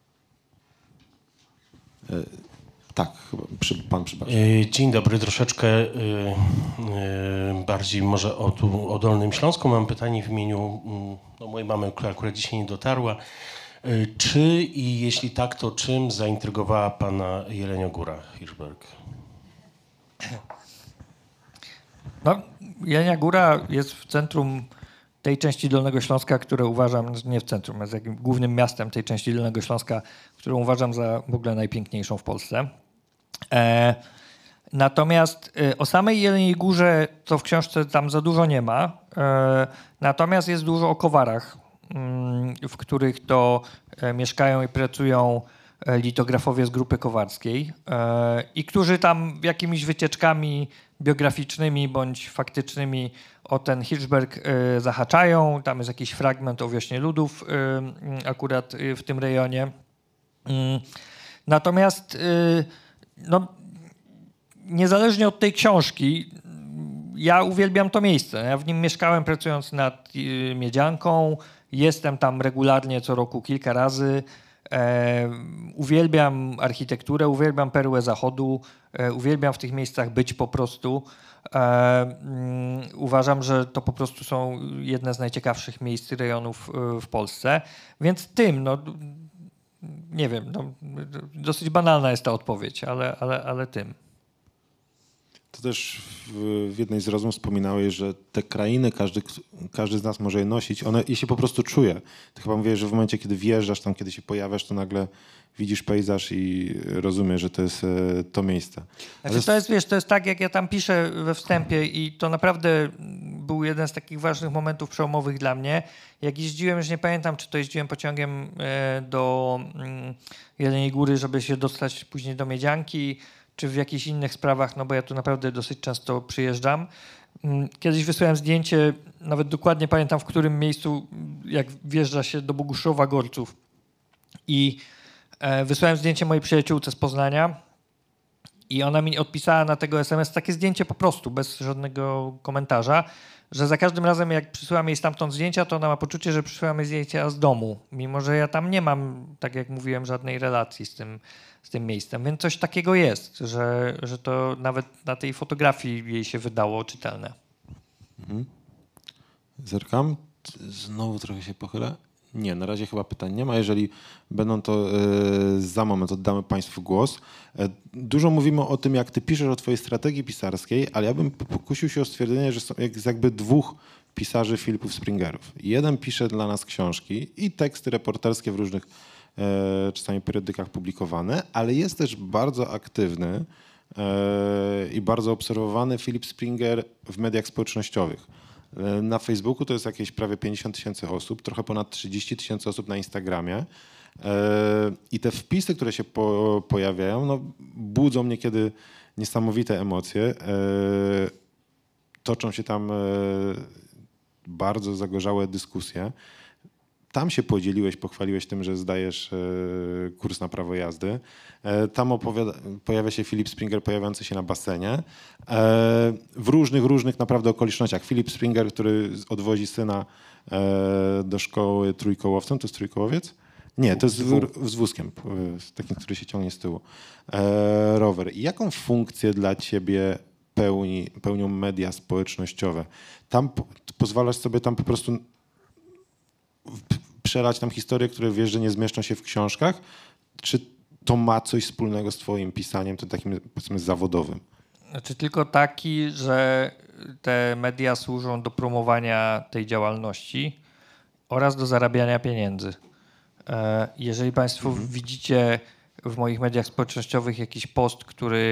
E, tak, chyba przy, pan przepraszam. Dzień dobry, troszeczkę y, y, bardziej może o, tu, o Dolnym Śląsku. Mam pytanie w imieniu y, no, mojej mamy, która akurat dzisiaj nie dotarła. Y, czy i jeśli tak, to czym zaintrygowała pana Jelenia Góra Hirschberg? No, Jelenia Góra jest w centrum tej części Dolnego Śląska, które uważam, nie w centrum, jest jakim głównym miastem tej części Dolnego Śląska, którą uważam za w ogóle najpiękniejszą w Polsce. E, natomiast e, o samej Jeleniej Górze to w książce tam za dużo nie ma, e, natomiast jest dużo o Kowarach, m, w których to e, mieszkają i pracują litografowie z grupy kowarskiej e, i którzy tam jakimiś wycieczkami biograficznymi bądź faktycznymi o ten Hirschberg e, zahaczają. Tam jest jakiś fragment o wiośnie ludów e, akurat e, w tym rejonie. E, natomiast e, no, niezależnie od tej książki, ja uwielbiam to miejsce. Ja w nim mieszkałem pracując nad e, Miedzianką. Jestem tam regularnie co roku kilka razy. E, uwielbiam architekturę, uwielbiam perłę zachodu, e, uwielbiam w tych miejscach być po prostu. E, mm, uważam, że to po prostu są jedne z najciekawszych miejsc, rejonów e, w Polsce. Więc tym, no nie wiem, no, dosyć banalna jest ta odpowiedź, ale, ale, ale tym. To też w, w jednej z rozmów wspominałeś, że te krainy, każdy, każdy z nas może je nosić, one je się po prostu czuje. Ty chyba mówiłeś, że w momencie, kiedy wjeżdżasz tam, kiedy się pojawiasz, to nagle widzisz pejzaż i rozumiesz, że to jest e, to miejsce. Znaczy, Ale... to jest, wiesz, to jest tak, jak ja tam piszę we wstępie i to naprawdę był jeden z takich ważnych momentów przełomowych dla mnie. Jak jeździłem, już nie pamiętam, czy to jeździłem pociągiem e, do mm, Jeleniej Góry, żeby się dostać później do Miedzianki, czy w jakichś innych sprawach, no bo ja tu naprawdę dosyć często przyjeżdżam. Kiedyś wysłałem zdjęcie, nawet dokładnie pamiętam, w którym miejscu, jak wjeżdża się do Boguszowa Gorców. I e, wysłałem zdjęcie mojej przyjaciółce z Poznania i ona mi odpisała na tego es em es takie zdjęcie po prostu, bez żadnego komentarza, że za każdym razem, jak przysyłam jej stamtąd zdjęcia, to ona ma poczucie, że przysyłam jej zdjęcia z domu, mimo że ja tam nie mam, tak jak mówiłem, żadnej relacji z tym, z tym miejscem. Więc coś takiego jest, że, że to nawet na tej fotografii jej się wydało czytelne. Mhm. Zerkam. Znowu trochę się pochylę. Nie, na razie chyba pytań nie ma. Jeżeli będą, to e, za moment oddamy Państwu głos. E, dużo mówimy o tym, jak Ty piszesz, o Twojej strategii pisarskiej, ale ja bym pokusił się o stwierdzenie, że są jest jakby dwóch pisarzy Philipów Springerów. Jeden pisze dla nas książki i teksty reporterskie w różnych e, czasami periodykach publikowane, ale jest też bardzo aktywny e, i bardzo obserwowany Philip Springer w mediach społecznościowych. Na Facebooku to jest jakieś prawie pięćdziesiąt tysięcy osób, trochę ponad trzydzieści tysięcy osób na Instagramie. I te wpisy, które się po, pojawiają, no, budzą niekiedy niesamowite emocje. Toczą się tam bardzo zagorzałe dyskusje. Tam się podzieliłeś, pochwaliłeś tym, że zdajesz e, kurs na prawo jazdy. E, tam opowiada, pojawia się Philip Springer pojawiający się na basenie. E, w różnych, różnych naprawdę okolicznościach. Philip Springer, który odwozi syna e, do szkoły trójkołowcem. To jest trójkołowiec? Nie, to jest z, z wózkiem, z takim, który się ciągnie z tyłu. E, rower. I jaką funkcję dla ciebie pełni, pełnią media społecznościowe? Tam po, pozwalasz sobie tam po prostu przelać tam historie, które wiesz, że nie zmieszczą się w książkach? Czy to ma coś wspólnego z twoim pisaniem, to takim, powiedzmy, zawodowym? Znaczy tylko taki, że te media służą do promowania tej działalności oraz do zarabiania pieniędzy. Jeżeli Państwo mhm. widzicie w moich mediach społecznościowych jakiś post, który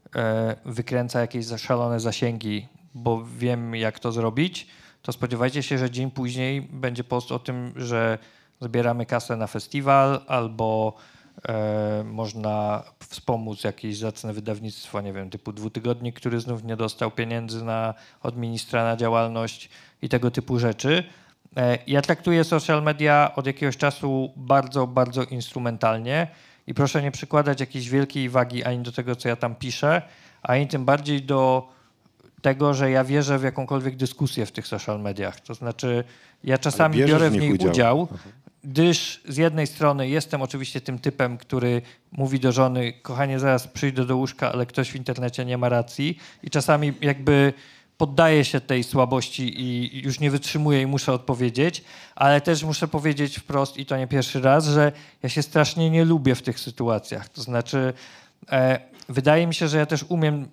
wykręca jakieś szalone zasięgi, bo wiem, jak to zrobić, to spodziewajcie się, że dzień później będzie post o tym, że zbieramy kasę na festiwal albo e, można wspomóc jakieś zacne wydawnictwo, nie wiem, typu Dwutygodnik, który znów nie dostał pieniędzy na, od ministra na działalność i tego typu rzeczy. E, ja traktuję social media od jakiegoś czasu bardzo, bardzo instrumentalnie i proszę nie przykładać jakiejś wielkiej wagi ani do tego, co ja tam piszę, ani tym bardziej do tego, że ja wierzę w jakąkolwiek dyskusję w tych social mediach. To znaczy, ja czasami biorę w niej udział, udział gdyż z jednej strony jestem oczywiście tym typem, który mówi do żony, kochanie, zaraz przyjdę do łóżka, ale ktoś w internecie nie ma racji i czasami jakby poddaję się tej słabości i już nie wytrzymuję i muszę odpowiedzieć, ale też muszę powiedzieć wprost, i to nie pierwszy raz, że ja się strasznie nie lubię w tych sytuacjach. To znaczy, e, wydaje mi się, że ja też umiem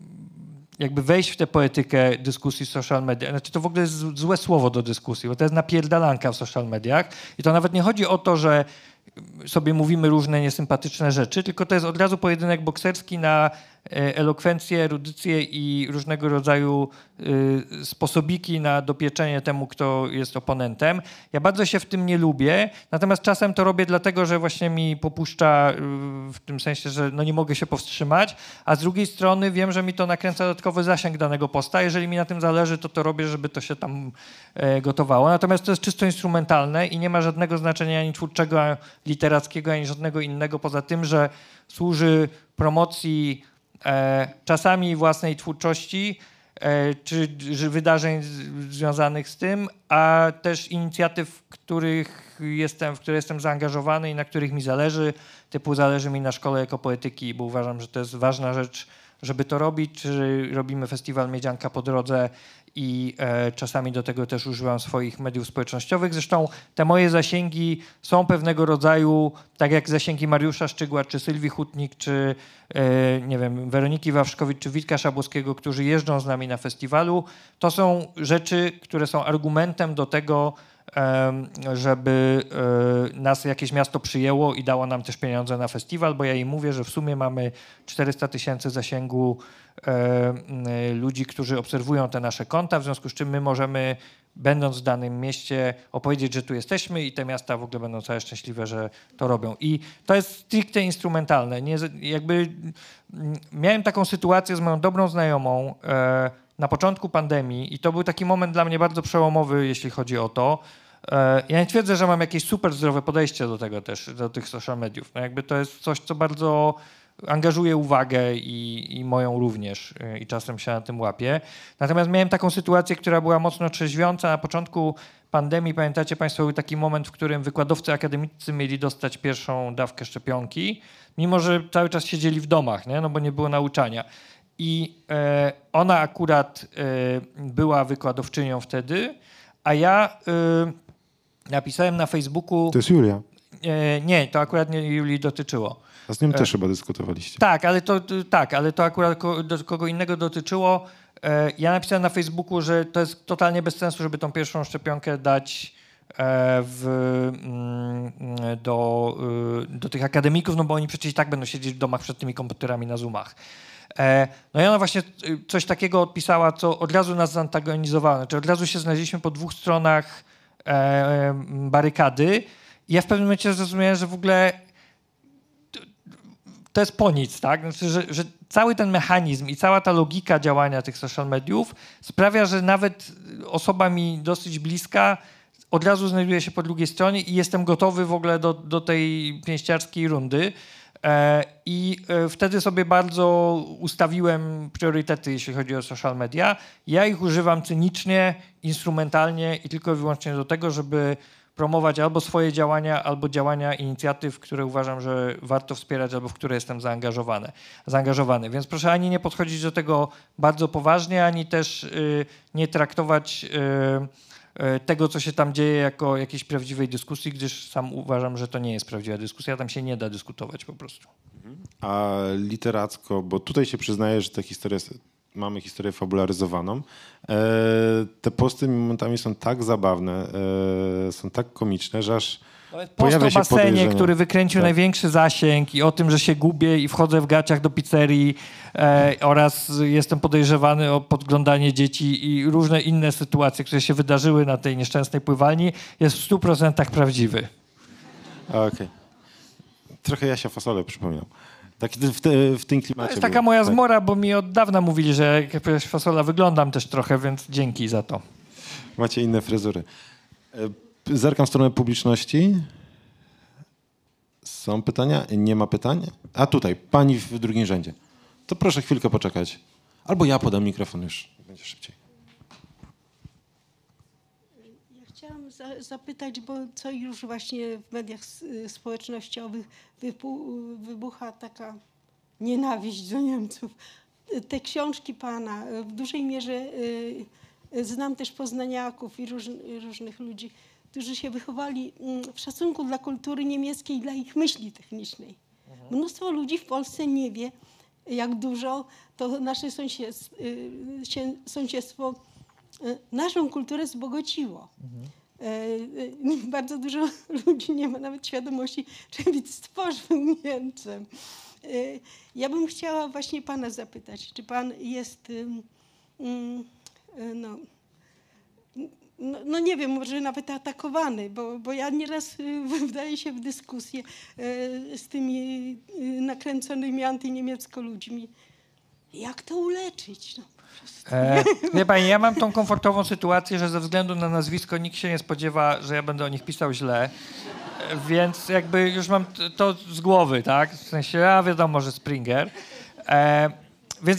jakby wejść w tę poetykę dyskusji w social media. Znaczy to w ogóle jest złe słowo do dyskusji, bo to jest napierdalanka w social mediach i to nawet nie chodzi o to, że sobie mówimy różne niesympatyczne rzeczy, tylko to jest od razu pojedynek bokserski na elokwencję, erudycję i różnego rodzaju y, sposobiki na dopieczenie temu, kto jest oponentem. Ja bardzo się w tym nie lubię, natomiast czasem to robię dlatego, że właśnie mi popuszcza y, w tym sensie, że no nie mogę się powstrzymać, a z drugiej strony wiem, że mi to nakręca dodatkowy zasięg danego posta. Jeżeli mi na tym zależy, to to robię, żeby to się tam e, gotowało. Natomiast to jest czysto instrumentalne i nie ma żadnego znaczenia ani twórczego, ani literackiego, ani żadnego innego, poza tym, że służy promocji E, czasami własnej twórczości, e, czy, czy wydarzeń z, związanych z tym, a też inicjatyw, w których jestem, w które jestem zaangażowany i na których mi zależy. Typu zależy mi na Szkole Ekopoetyki, bo uważam, że to jest ważna rzecz, żeby to robić. Czy robimy festiwal Miedzianka po drodze i e, czasami do tego też używam swoich mediów społecznościowych. Zresztą te moje zasięgi są pewnego rodzaju, tak jak zasięgi Mariusza Szczygła, czy Sylwii Hutnik, czy e, nie wiem, Weroniki Wawrzkowicz, czy Witka Szabłowskiego, którzy jeżdżą z nami na festiwalu. To są rzeczy, które są argumentem do tego, żeby nas jakieś miasto przyjęło i dało nam też pieniądze na festiwal, bo ja im mówię, że w sumie mamy czterysta tysięcy zasięgu ludzi, którzy obserwują te nasze konta, w związku z czym my możemy, będąc w danym mieście, opowiedzieć, że tu jesteśmy i te miasta w ogóle będą całe szczęśliwe, że to robią. I to jest stricte instrumentalne. Nie, jakby miałem taką sytuację z moją dobrą znajomą na początku pandemii i to był taki moment dla mnie bardzo przełomowy, jeśli chodzi o to. Ja nie twierdzę, że mam jakieś super zdrowe podejście do tego też, do tych social mediów. No jakby to jest coś, co bardzo angażuje uwagę i, i moją również i czasem się na tym łapię. Natomiast miałem taką sytuację, która była mocno trzeźwiąca. Na początku pandemii, pamiętacie Państwo, był taki moment, w którym wykładowcy akademicy mieli dostać pierwszą dawkę szczepionki, mimo że cały czas siedzieli w domach, nie? No bo nie było nauczania. I e, ona akurat e, była wykładowczynią wtedy, a ja e, napisałem na Facebooku... To jest Julia. E, nie, to akurat nie Julii dotyczyło. A z nią też e, chyba dyskutowaliście. Tak, ale to, tak, ale to akurat ko, do kogo innego dotyczyło. E, ja napisałem na Facebooku, że to jest totalnie bez sensu, żeby tą pierwszą szczepionkę dać e, w, mm, do, y, do tych akademików, no bo oni przecież i tak będą siedzieć w domach przed tymi komputerami na Zoomach. No i ona właśnie coś takiego odpisała, co od razu nas zantagonizowało. Znaczy od razu się znaleźliśmy po dwóch stronach e, barykady i ja w pewnym momencie zrozumiałem, że w ogóle to jest po nic, tak? Znaczy, że, że cały ten mechanizm i cała ta logika działania tych social mediów sprawia, że nawet osoba mi dosyć bliska od razu znajduje się po drugiej stronie i jestem gotowy w ogóle do, do tej pięściarskiej rundy. I wtedy sobie bardzo ustawiłem priorytety, jeśli chodzi o social media. Ja ich używam cynicznie, instrumentalnie i tylko i wyłącznie do tego, żeby promować albo swoje działania, albo działania inicjatyw, które uważam, że warto wspierać, albo w które jestem zaangażowany. zaangażowany. Więc proszę ani nie podchodzić do tego bardzo poważnie, ani też y, nie traktować y, tego, co się tam dzieje, jako jakiejś prawdziwej dyskusji, gdyż sam uważam, że to nie jest prawdziwa dyskusja, tam się nie da dyskutować po prostu. A literacko, bo tutaj się przyznaję, że te historie, mamy historię fabularyzowaną, e, te posty momentami są tak zabawne, e, są tak komiczne, że aż post o basenie, który wykręcił tak. największy zasięg i o tym, że się gubię i wchodzę w gaciach do pizzerii e, oraz jestem podejrzewany o podglądanie dzieci i różne inne sytuacje, które się wydarzyły na tej nieszczęsnej pływalni, jest w stu procentach prawdziwy. Okej. Okay. Trochę Jasia Fasolę przypominam. Tak w, te, w tym klimacie. To jest taka moja tak. zmora, bo mi od dawna mówili, że jak Jasia Fasola wyglądam też trochę, więc dzięki za to. Macie inne fryzury. Zerkam w stronę publiczności. Są pytania? Nie ma pytań? A tutaj, pani w drugim rzędzie. To proszę chwilkę poczekać. Albo ja podam mikrofon już. Będzie szybciej. Ja chciałam za, zapytać, bo co już właśnie w mediach społecznościowych wypu, wybucha taka nienawiść do Niemców. Te książki pana w dużej mierze y, znam też poznaniaków i róż, różnych ludzi, którzy się wychowali w szacunku dla kultury niemieckiej i dla ich myśli technicznej. Mhm. Mnóstwo ludzi w Polsce nie wie, jak dużo to nasze sąsiedztwo, sąsiedztwo naszą kulturę wzbogociło. Mhm. Bardzo dużo ludzi nie ma nawet świadomości, że Wit stworzył Niemcem. Ja bym chciała właśnie pana zapytać, czy pan jest... No, no, no nie wiem, może nawet atakowany, bo, bo ja nieraz wdaję się w dyskusję z tymi nakręconymi antyniemiecko ludźmi. Jak to uleczyć? No, e, wie pani, ja mam tą komfortową sytuację, że ze względu na nazwisko nikt się nie spodziewa, że ja będę o nich pisał źle, więc jakby już mam to z głowy, tak? W sensie, a wiadomo, że Springer. E, więc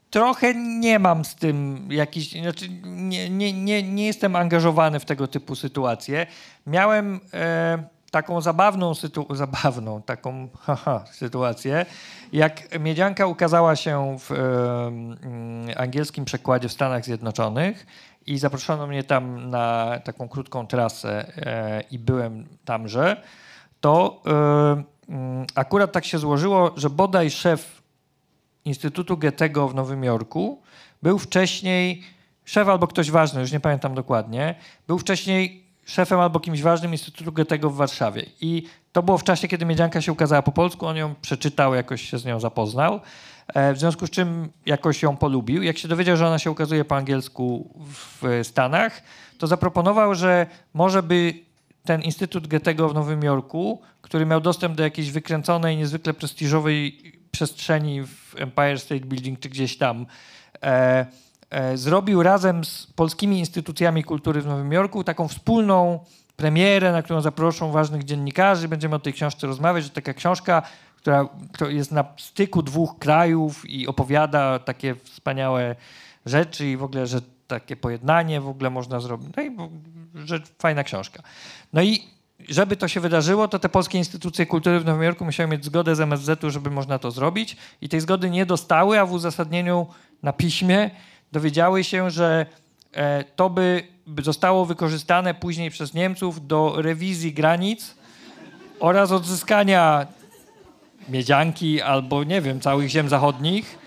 trochę nie mam z tym jakiś, znaczy nie, nie, nie, nie jestem angażowany w tego typu sytuacje. Miałem e, taką zabawną, sytu- zabawną taką haha, sytuację, jak Miedzianka ukazała się w e, angielskim przekładzie w Stanach Zjednoczonych i zaproszono mnie tam na taką krótką trasę e, i byłem tamże, to e, akurat tak się złożyło, że bodaj szef Instytutu Goethego w Nowym Jorku był wcześniej, szef albo ktoś ważny, już nie pamiętam dokładnie, był wcześniej szefem albo kimś ważnym Instytutu Goethego w Warszawie. I to było w czasie, kiedy Miedzianka się ukazała po polsku, on ją przeczytał, jakoś się z nią zapoznał, w związku z czym jakoś ją polubił. Jak się dowiedział, że ona się ukazuje po angielsku w Stanach, to zaproponował, że może by ten Instytut Goethego w Nowym Jorku, który miał dostęp do jakiejś wykręconej, niezwykle prestiżowej przestrzeni w Empire State Building czy gdzieś tam, e, e, zrobił razem z polskimi instytucjami kultury w Nowym Jorku taką wspólną premierę, na którą zaproszą ważnych dziennikarzy. Będziemy o tej książce rozmawiać, że taka książka, która, która jest na styku dwóch krajów i opowiada takie wspaniałe rzeczy i w ogóle, że takie pojednanie w ogóle można zrobić. No i że fajna książka. No i żeby to się wydarzyło, to te polskie instytucje kultury w Nowym Jorku musiały mieć zgodę z M S Z-u, żeby można to zrobić i tej zgody nie dostały, a w uzasadnieniu na piśmie dowiedziały się, że e, to by, by zostało wykorzystane później przez Niemców do rewizji granic oraz odzyskania Miedzianki albo, nie wiem, całych ziem zachodnich.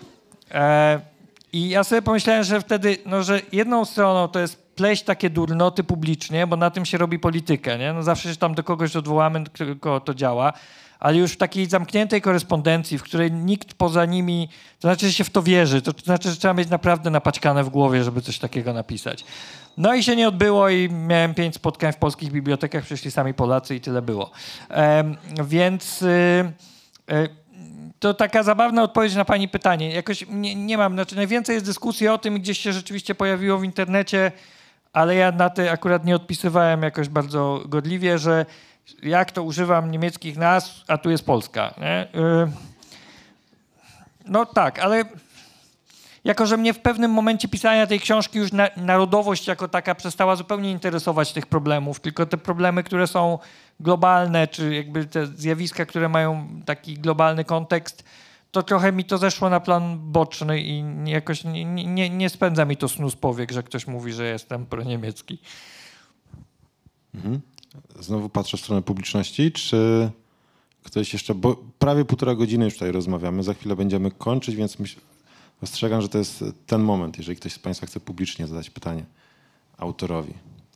E, I ja sobie pomyślałem, że wtedy, no, że jedną stroną to jest pleść takie durnoty publicznie, bo na tym się robi politykę, nie? No zawsze się tam do kogoś odwołamy, tylko to działa, ale już w takiej zamkniętej korespondencji, w której nikt poza nimi, to znaczy, że się w to wierzy, to znaczy, że trzeba mieć naprawdę napaćkane w głowie, żeby coś takiego napisać. No i się nie odbyło i miałem pięć spotkań w polskich bibliotekach, przyszli sami Polacy i tyle było. Ehm, więc... Yy, yy, To taka zabawna odpowiedź na pani pytanie. Jakoś nie, nie mam, znaczy najwięcej jest dyskusji o tym, gdzieś się rzeczywiście pojawiło w internecie, ale ja na to akurat nie odpisywałem jakoś bardzo godliwie, że jak to używam niemieckich nazw, a tu jest Polska. Nie? No tak, ale jako, że mnie w pewnym momencie pisania tej książki już na, narodowość jako taka przestała zupełnie interesować tych problemów, tylko te problemy, które są globalne, czy jakby te zjawiska, które mają taki globalny kontekst, to trochę mi to zeszło na plan boczny i jakoś nie, nie, nie spędza mi to snu z powiek, że ktoś mówi, że jestem proniemiecki. Mhm. Znowu patrzę w stronę publiczności, czy ktoś jeszcze, bo prawie półtora godziny już tutaj rozmawiamy, za chwilę będziemy kończyć, więc myślę, ostrzegam, że to jest ten moment, jeżeli ktoś z Państwa chce publicznie zadać pytanie autorowi.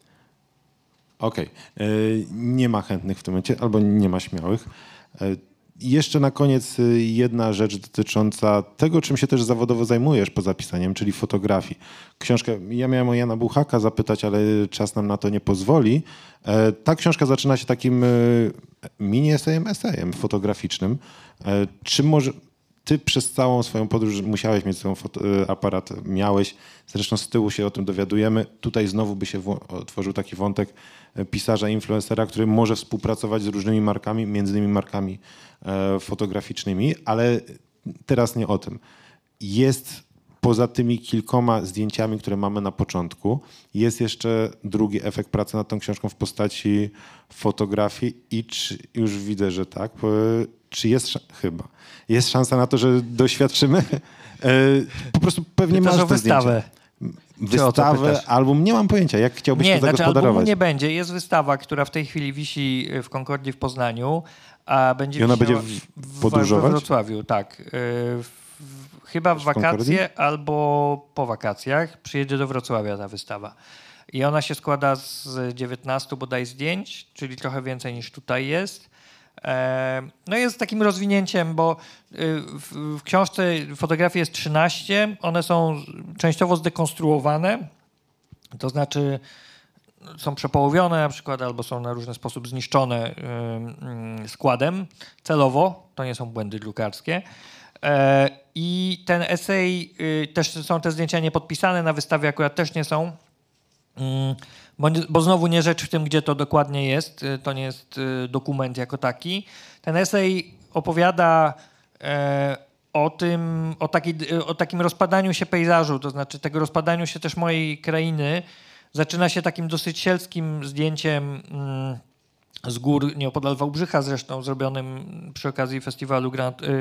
Okej. Okay. Nie ma chętnych w tym momencie, albo nie ma śmiałych. Jeszcze na koniec jedna rzecz dotycząca tego, czym się też zawodowo zajmujesz poza pisaniem, czyli fotografii. Książkę, ja miałem o Jana Buchaka zapytać, ale czas nam na to nie pozwoli. Ta książka zaczyna się takim mini esejem, esejem fotograficznym. Czy może... Ty przez całą swoją podróż musiałeś mieć swój aparat, miałeś, zresztą z tyłu się o tym dowiadujemy. Tutaj znowu by się otworzył taki wątek pisarza, influencera, który może współpracować z różnymi markami, między innymi markami e, fotograficznymi, ale teraz nie o tym. Jest poza tymi kilkoma zdjęciami, które mamy na początku, jest jeszcze drugi efekt pracy nad tą książką w postaci fotografii i czy, już widzę, że tak, czy jest, chyba, jest szansa na to, że doświadczymy? Po prostu pewnie masz te wystawę. Wystawę, album, nie mam pojęcia, jak chciałbyś nie, to zagospodarować. Znaczy albumu nie będzie, jest wystawa, która w tej chwili wisi w Concordzie w Poznaniu, a będzie I ona będzie w, w, podróżować? We Wrocławiu, tak. W, w, chyba w wakacje albo po wakacjach przyjedzie do Wrocławia ta wystawa. I ona się składa z dziewiętnastu bodaj zdjęć, czyli trochę więcej niż tutaj jest. No jest takim rozwinięciem, bo w, w książce fotografii jest trzynaście, one są częściowo zdekonstruowane, to znaczy są przepołowione na przykład albo są na różny sposób zniszczone składem celowo, to nie są błędy drukarskie. I ten esej, też są te zdjęcia niepodpisane, na wystawie akurat też nie są. Bo, bo znowu nie rzecz w tym, gdzie to dokładnie jest. To nie jest dokument jako taki. Ten esej opowiada e, o tym, o, taki, o takim rozpadaniu się pejzażu, to znaczy tego rozpadaniu się też mojej krainy. Zaczyna się takim dosyć sielskim zdjęciem mm, z gór nieopodal Wałbrzycha zresztą, zrobionym przy okazji festiwalu Grand, yy,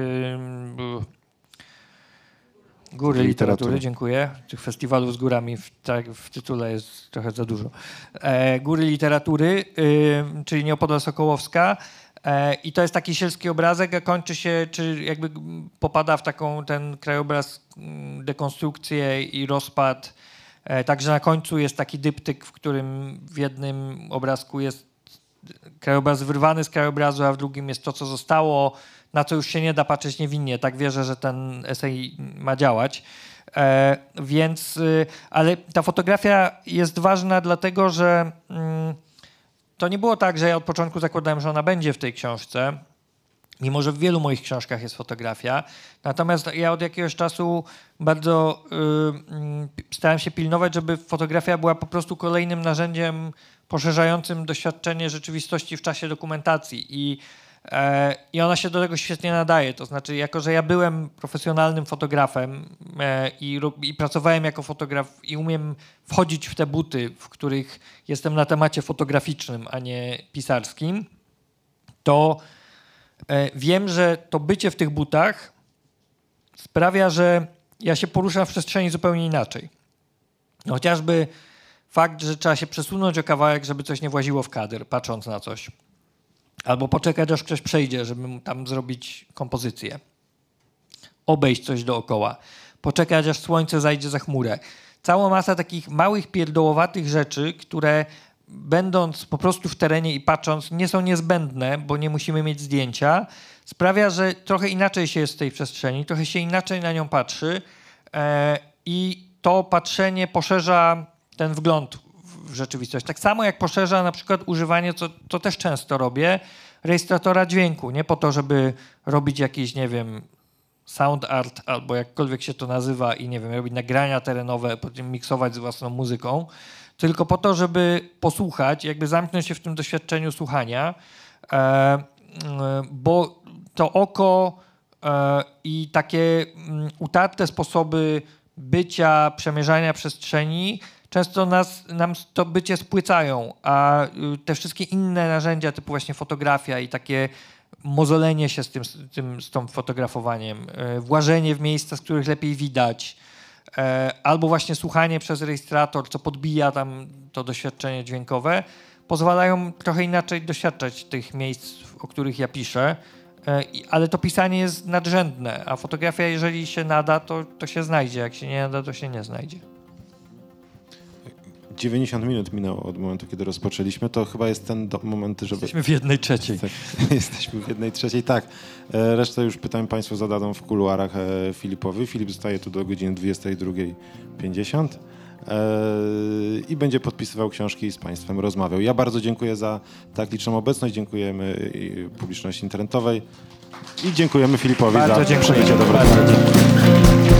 Góry Literatury, literatury, dziękuję. Tych festiwalów z górami w, tak, w tytule jest trochę za dużo. E, Góry Literatury, yy, czyli nieopodal Sokołowska. E, I to jest taki sielski obrazek, a kończy się, czy jakby popada w taką ten krajobraz dekonstrukcję i rozpad. E, także na końcu jest taki dyptyk, w którym w jednym obrazku jest krajobraz wyrwany z krajobrazu, a w drugim jest to, co zostało, na co już się nie da patrzeć niewinnie. Tak wierzę, że ten esej ma działać. E, więc, y, ale ta fotografia jest ważna dlatego, że mm, to nie było tak, że ja od początku zakładałem, że ona będzie w tej książce, mimo że w wielu moich książkach jest fotografia. Natomiast ja od jakiegoś czasu bardzo y, y, starałem się pilnować, żeby fotografia była po prostu kolejnym narzędziem poszerzającym doświadczenie rzeczywistości w czasie dokumentacji. I, e, i ona się do tego świetnie nadaje. To znaczy, jako że ja byłem profesjonalnym fotografem e, i, i pracowałem jako fotograf i umiem wchodzić w te buty, w których jestem na temacie fotograficznym, a nie pisarskim, to e, wiem, że to bycie w tych butach sprawia, że ja się poruszam w przestrzeni zupełnie inaczej. No, chociażby fakt, że trzeba się przesunąć o kawałek, żeby coś nie właziło w kadr, patrząc na coś. Albo poczekać, aż ktoś przejdzie, żeby tam zrobić kompozycję. Obejść coś dookoła. Poczekać, aż słońce zajdzie za chmurę. Cała masa takich małych, pierdołowatych rzeczy, które będąc po prostu w terenie i patrząc, nie są niezbędne, bo nie musimy mieć zdjęcia, sprawia, że trochę inaczej się jest w tej przestrzeni, trochę się inaczej na nią patrzy e, i to patrzenie poszerza ten wgląd w rzeczywistość. Tak samo jak poszerza na przykład używanie, co to też często robię, rejestratora dźwięku. Nie po to, żeby robić jakiś, nie wiem, sound art albo jakkolwiek się to nazywa i nie wiem, robić nagrania terenowe, potem miksować z własną muzyką, tylko po to, żeby posłuchać, jakby zamknąć się w tym doświadczeniu słuchania, e, bo to oko e, i takie m, utarte sposoby bycia, przemierzania przestrzeni często nas, nam to bycie spłycają, a te wszystkie inne narzędzia typu właśnie fotografia i takie mozolenie się z tym, z tym, z tym fotografowaniem, włażenie w miejsca, z których lepiej widać, albo właśnie słuchanie przez rejestrator, co podbija tam to doświadczenie dźwiękowe, pozwalają trochę inaczej doświadczać tych miejsc, o których ja piszę, ale to pisanie jest nadrzędne, a fotografia, jeżeli się nada, to, to się znajdzie, jak się nie nada, to się nie znajdzie. dziewięćdziesiąt minut minęło od momentu, kiedy rozpoczęliśmy. To chyba jest ten do, moment, żeby... Jesteśmy w jednej trzeciej. Tak, jesteśmy w jednej trzeciej, tak. E, resztę już pytań Państwo zadadzą w kuluarach e, Filipowi. Filip zostaje tu do godziny dwudziestej drugiej pięćdziesiąt e, i będzie podpisywał książki i z Państwem rozmawiał. Ja bardzo dziękuję za tak liczną obecność. Dziękujemy publiczności internetowej i dziękujemy Filipowi bardzo za dziękuję. przybycie do Bardzo dziękuję.